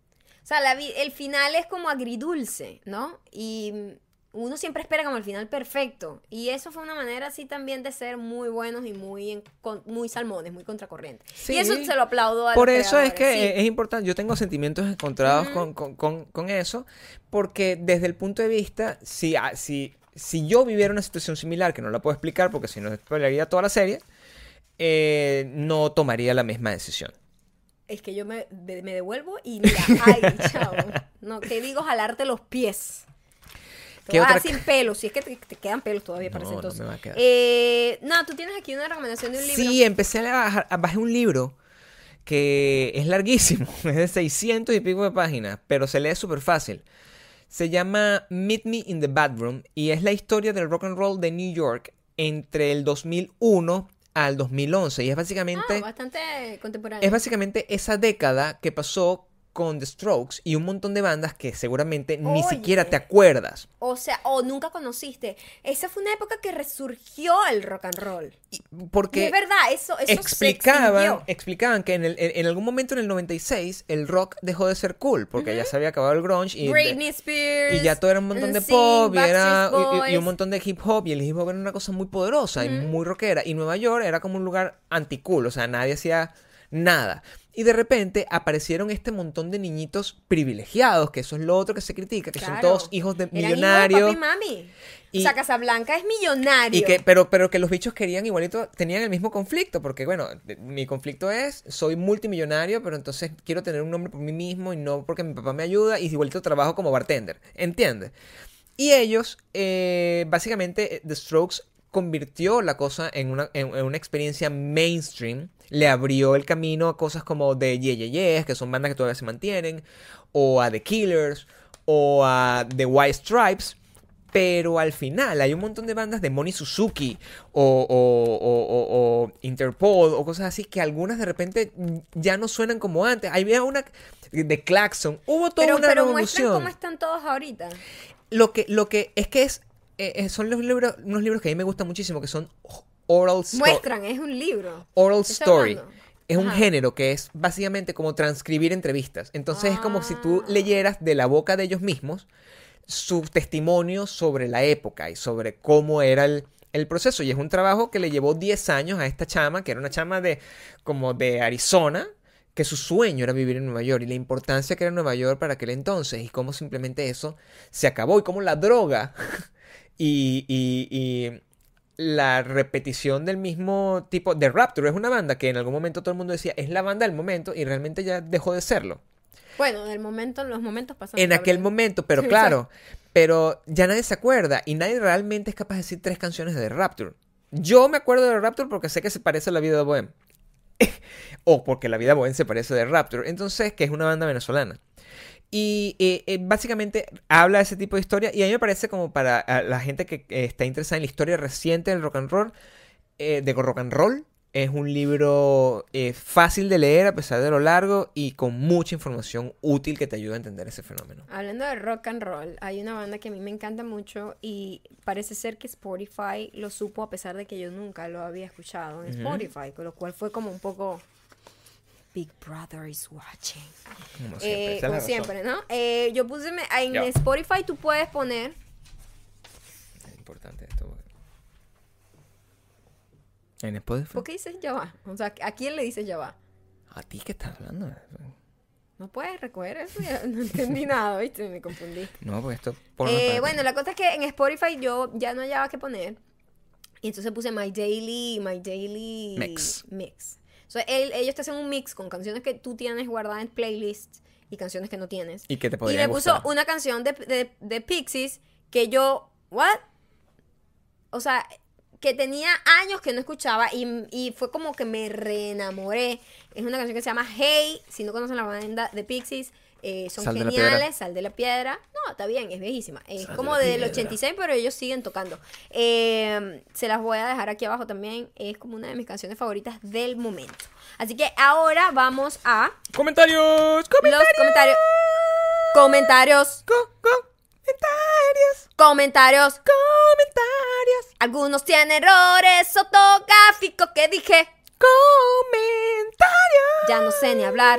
O sea, la vi- el final es como agridulce, ¿no? Y mm, uno siempre espera como el final perfecto. Y eso fue una manera así también de ser muy buenos y muy, en- con- muy salmones, muy contracorrientes. Sí. Y eso se lo aplaudo a Por los eso es que creadores, sí. es importante. Yo tengo sentimientos encontrados Ujú. con, con, con, con eso. Porque desde el punto de vista, si, ah, si, si yo viviera una situación similar, que no la puedo explicar porque si no spoilearía toda la serie, eh, no tomaría la misma decisión. Es que yo me, de- me devuelvo y mira, ay, chao. No, te digo jalarte los pies. Te ¿Qué vas a otra dar sin pelos, si es que te, te quedan pelos todavía para No, ese no entonces. me va a quedar. Eh, no, tú tienes aquí una recomendación de un libro. Sí, empecé a bajar, a bajar un libro que es larguísimo, es de seiscientos y pico de páginas, pero se lee súper fácil. Se llama Meet Me in the Bedroom y es la historia del rock and roll de New York entre el dos mil uno al dos mil once y es básicamente... Ah, bastante contemporáneo. Es básicamente esa década que pasó con The Strokes y un montón de bandas que seguramente ni Oye. siquiera te acuerdas. O sea, o nunca conociste. Esa fue una época que resurgió el rock and roll. Y- Y Porque es verdad, eso, eso se explicaban, extinguió. explicaban que en, el- en- en algún momento en el noventa y seis el rock dejó de ser cool porque ya se había acabado el grunge y, Britney Spears. y ya todo era un montón de N Sync, pop y, era, Backstreet y- y- y Boys. un montón de hip hop y el hip hop era una cosa muy poderosa y muy rockera y Nueva York era como un lugar anti-cool, o sea, nadie hacía nada. Y de repente aparecieron este montón de niñitos privilegiados, que eso es lo otro que se critica, que son Claro. todos hijos de Eran hijos de millonarios. papi y mami. Y- o sea, Casablanca es millonario. Y que, pero, pero que los bichos querían igualito, tenían el mismo conflicto, porque bueno, de- mi conflicto es, soy multimillonario, pero entonces quiero tener un nombre por mí mismo y no porque mi papá me ayuda y igualito trabajo como bartender, ¿entiendes? Y ellos, eh, básicamente, eh, The Strokes convirtió la cosa en una, en, en una experiencia mainstream, le abrió el camino a cosas como The Yeah Yeah Yeahs, que son bandas que todavía se mantienen, o a The Killers, o a The White Stripes. Pero al final hay un montón de bandas de Moni Suzuki o, o, o- o- o Interpol o cosas así que algunas de repente ya no suenan como antes. Había una de Claxon. Hubo toda pero, una pero muestran revolución. cómo están todos ahorita. Lo que, lo que es que es, eh, eh, son los libros, unos libros que a mí me gustan muchísimo que son oral, sto- Muestran, es un libro. oral ¿Qué está story. hablando? Es un Ajá. género que es básicamente como transcribir entrevistas. Entonces es como si tú Ah. leyeras de la boca de ellos mismos su testimonio sobre la época y sobre cómo era el, el proceso. Y es un trabajo que le llevó diez años a esta chama, que era una chama de como de Arizona, que su sueño era vivir en Nueva York y la importancia que era Nueva York para aquel entonces y cómo simplemente eso se acabó y cómo la droga y, y, y la repetición del mismo tipo de Rapture es una banda que en algún momento todo el mundo decía es la banda del momento y realmente ya dejó de serlo. Bueno, del momento, los momentos pasan. En aquel rápido. momento, pero claro, pero ya nadie se acuerda y nadie realmente es capaz de decir tres canciones de The Rapture. Yo me acuerdo de The Rapture porque sé que se parece a la vida de Bohem. o porque La Vida Bohem se parece de Rapture. Entonces, que es una banda venezolana. Y eh, eh, básicamente habla de ese tipo de historia. Y a mí me parece como para a la gente que eh, está interesada en la historia reciente del rock and roll, eh, de rock and roll. Es un libro eh, fácil de leer a pesar de lo largo y con mucha información útil que te ayuda a entender ese fenómeno. Hablando de rock and roll, hay una banda que a mí me encanta mucho y parece ser que Spotify lo supo a pesar de que yo nunca lo había escuchado en uh-huh. Spotify, con lo cual fue como un poco Big Brother is watching. Como siempre, eh, como siempre ¿no? Eh, yo puse en yo. Spotify tú puedes poner. Es importante esto. ¿En Spotify? ¿Por qué dices ya va? O sea, ¿a quién le dices ya va? ¿A ti qué estás hablando? No puedes recoger eso, ya no entendí nada, ¿viste? Me confundí. No, pues esto... Eh, bueno, la cosa es que en Spotify yo ya no hallaba qué poner. Y entonces puse My Daily, My Daily... Mix. Mix. O sea, él, ellos te hacen un mix con canciones que tú tienes guardadas en playlists y canciones que no tienes. Y que te podría Y me gustar. puso una canción de, de, de Pixies que yo... ¿What? O sea... que tenía años que no escuchaba y, y fue como que me reenamoré. Es una canción que se llama Hey, si no conocen la banda de Pixies, eh, son Sal geniales, Sal de la Piedra. No, está bien, es viejísima. Es Sal como de del ochenta y seis, pero ellos siguen tocando. Eh, se las voy a dejar aquí abajo también. Es como una de mis canciones favoritas del momento. Así que ahora vamos a... ¡Comentarios! ¡Comentarios! Los comentarios. Comentarios. Co co Comentarios. Comentarios. Comentarios. Algunos tienen errores ortográficos que dije. Comentarios. Ya no sé ni hablar.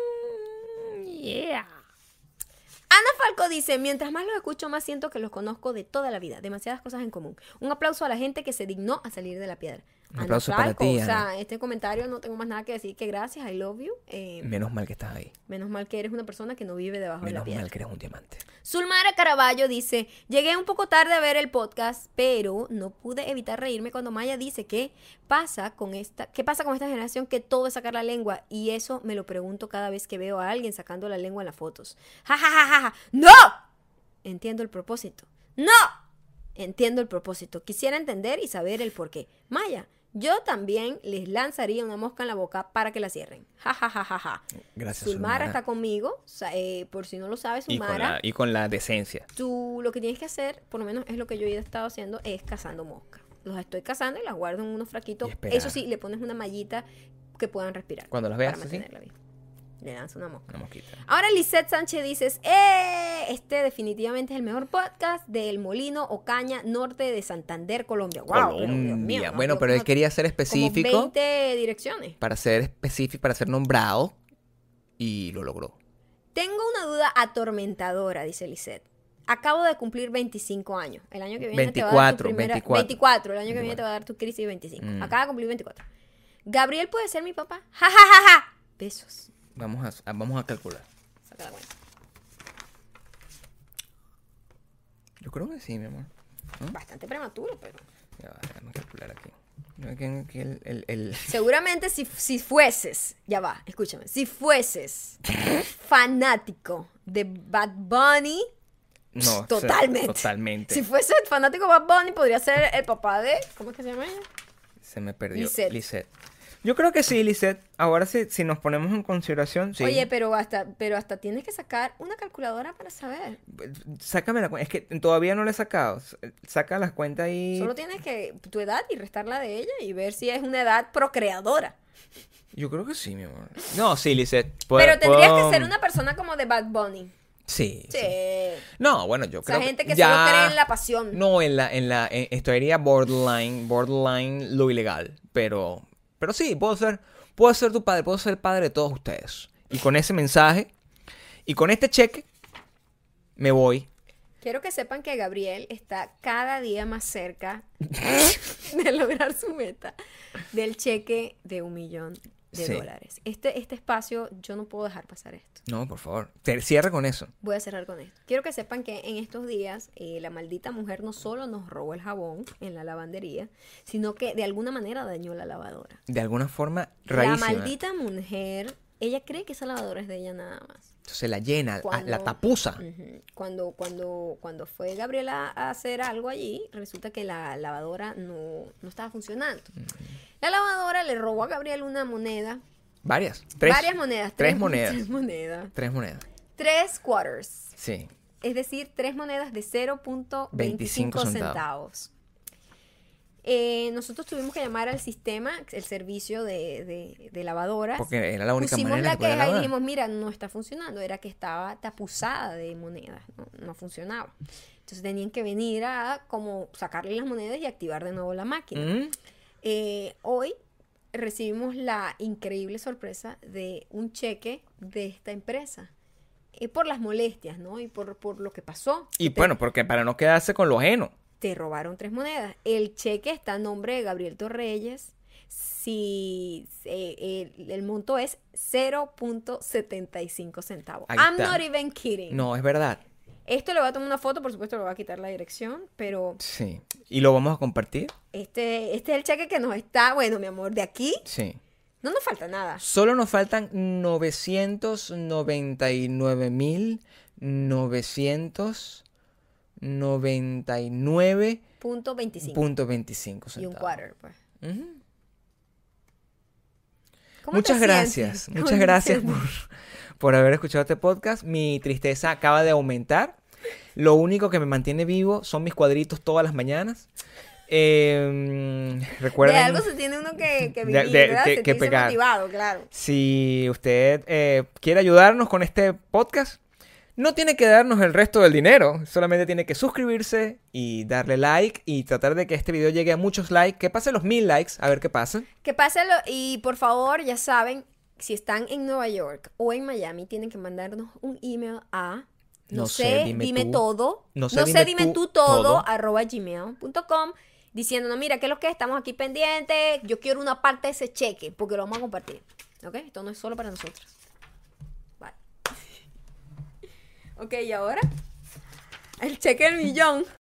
Yeah. Ana Falco dice, mientras más los escucho, más siento que los conozco de toda la vida. Demasiadas cosas en común. Un aplauso a la gente que se dignó a salir de la piedra. Un Ana aplauso Falco, para ti, o sea, Ana. este comentario no tengo más nada que decir que gracias, I love you. Eh, Menos mal que estás ahí. menos mal que eres una persona que no vive debajo de la Menos piedra. mal que eres un diamante. Zulmara Caraballo dice, llegué un poco tarde a ver el podcast, pero no pude evitar reírme cuando Maya dice que pasa con esta, ¿qué pasa con esta generación que todo es sacar la lengua? Y eso me lo pregunto cada vez que veo a alguien sacando la lengua en las fotos. ¡Ja, ja, ja, ja, ja! ¡No! Entiendo el propósito. ¡No! Entiendo el propósito. Quisiera entender y saber el por qué. Maya, yo también les lanzaría una mosca en la boca para que la cierren. Ja, ja, ja, ja, ja. Gracias, Zulmara Zulmara. está conmigo. O sea, eh, por si no lo sabes, Y con, Zulmara. la, y con la decencia. Tú lo que tienes que hacer, por lo menos es lo que yo he estado haciendo, es cazando moscas. Los estoy cazando y las guardo en unos fraquitos. Y esperar. Eso sí, le pones una mallita que puedan respirar. Cuando las veas para así, mantenerla viva. Le lanzo una mosca. una mosquita. Ahora Lisette Sánchez dices, ¡eh! Este definitivamente es el mejor podcast del Molino Ocaña, norte de Santander, Colombia. ¡Wow! Colombia. Pero, Dios mío, no, bueno, yo- pero él no- quería ser como específico. veinte direcciones. Para ser específico, para ser nombrado. Y lo logró. Tengo una duda atormentadora, dice Lisette. Acabo de cumplir veinticinco años. El año que viene te va a dar tu veinticuatro, primera... veinticuatro. veinticuatro. El año que viene veinticuatro. te va a dar tu crisis de veinticinco. Mm. Acaba de cumplir veinticuatro. ¿Gabriel puede ser mi papá? ¡Ja, ja, ja, ja! Besos. Vamos a, a- vamos a calcular. Saca la cuenta. Yo creo que sí, mi amor. ¿No? Bastante prematuro, pero... Ya va, déjame calcular aquí. No, que- que el- el- el- Seguramente si, si fueses... Ya va, escúchame. Si fueses fanático de Bad Bunny... No, Totalmente. Totalmente. Si fuese fanático de Bad Bunny, podría ser el papá de... ¿Cómo es que se llama ella? Se me perdió. Lisette. Lisette. Yo creo que sí, Lisette. Ahora sí, si nos ponemos en consideración, sí. Oye, pero hasta, pero hasta tienes que sacar una calculadora para saber. Sácame la cuenta. Es que todavía no la he sacado. Saca las cuentas y... Solo tienes que tu edad y restarla de ella y ver si es una edad procreadora. Yo creo que sí, mi amor. No, sí, Lisette. Puedo- Pero tendrías puedo- que ser una persona como de Bad Bunny. Sí, Sí. sí. No, bueno, yo Esa creo gente que ya- solo cree en la pasión. No, en la, en la, en- esto iría borderline, borderline lo ilegal. Pero, pero sí, puedo ser, puedo ser tu padre, puedo ser el padre de todos ustedes. Y con ese mensaje, y con este cheque, me voy. Quiero que sepan que Gabriel está cada día más cerca de lograr su meta del cheque de un millón de Sí. dólares. Este, este espacio, yo no puedo dejar pasar esto. No, por favor, te cierra con eso. Voy a cerrar con esto. Quiero que sepan que en estos días eh, la maldita mujer no solo nos robó el jabón en la lavandería, sino que de alguna manera dañó la lavadora. De alguna forma, La rarísima. maldita mujer, ella cree que esa lavadora es de ella nada más. Entonces la llena, Cuando- la tapuza. Ujú. Cuando, cuando, cuando fue Gabriela a hacer algo allí, resulta que la lavadora no, no estaba funcionando. La lavadora le robó a Gabriel una moneda. Varias. Tres. Varias monedas. Tres monedas. Tres monedas. Tres monedas. Tres quarters. Sí. Es decir, tres monedas de cero punto veinticinco veinticinco centavos. centavos. Eh, nosotros tuvimos que llamar al sistema, el servicio de, de, de lavadoras. Porque era la única Pusimos manera la que podía queja y lavar. dijimos, mira, no está funcionando. Era que estaba tapuzada de monedas, no, no funcionaba. Entonces tenían que venir a como sacarle las monedas y activar de nuevo la máquina. Mm. Eh, hoy recibimos la increíble sorpresa de un cheque de esta empresa. Eh, por las molestias, ¿no? Y por, por lo que pasó. Y Te- bueno, porque para no quedarse con lo ajeno. Te robaron tres monedas. El cheque está a nombre de Gabriel Torreyes. Si eh, el, el monto es cero punto setenta y cinco centavos. Ahí I'm está. not even kidding. No, es verdad. Esto le voy a tomar una foto, por supuesto le voy a quitar la dirección, pero Sí. ¿Y lo vamos a compartir? este, este es el cheque que nos está, bueno, mi amor, de aquí Sí. no nos falta nada. Solo nos faltan novecientos noventa y nueve mil novecientos noventa y nueve Punto veinticinco. punto veinticinco Y un centavos. quarter, pues. Ujú. ¿Cómo Muchas te gracias, sientes? ¿Cómo muchas te gracias por, sientes? por haber escuchado este podcast. Mi tristeza acaba de aumentar. Lo único que me mantiene vivo son mis cuadritos todas las mañanas. Eh, recuerden, De algo se tiene uno que, que de- vivir, de- ¿verdad? que- Se que tiene pegar. motivado, claro. si usted eh, quiere ayudarnos con este podcast, no tiene que darnos el resto del dinero. Solamente tiene que suscribirse y darle like y tratar de que este video llegue a muchos likes. Que pase los mil likes, a ver qué pasa. Que pásalo y por favor, ya saben, si están en Nueva York o en Miami, tienen que mandarnos un email a no, No sé, sé, dime dime tú. todo, No no sé, sé, dime dime, tú tú todo, todo. arroba gmail punto com, diciéndonos, mira, ¿qué es lo que es? Estamos aquí pendientes, yo quiero una parte de ese cheque, porque lo vamos a compartir, ¿ok? Esto no es solo para nosotros. Vale. Ok, ¿y ahora? El cheque del millón.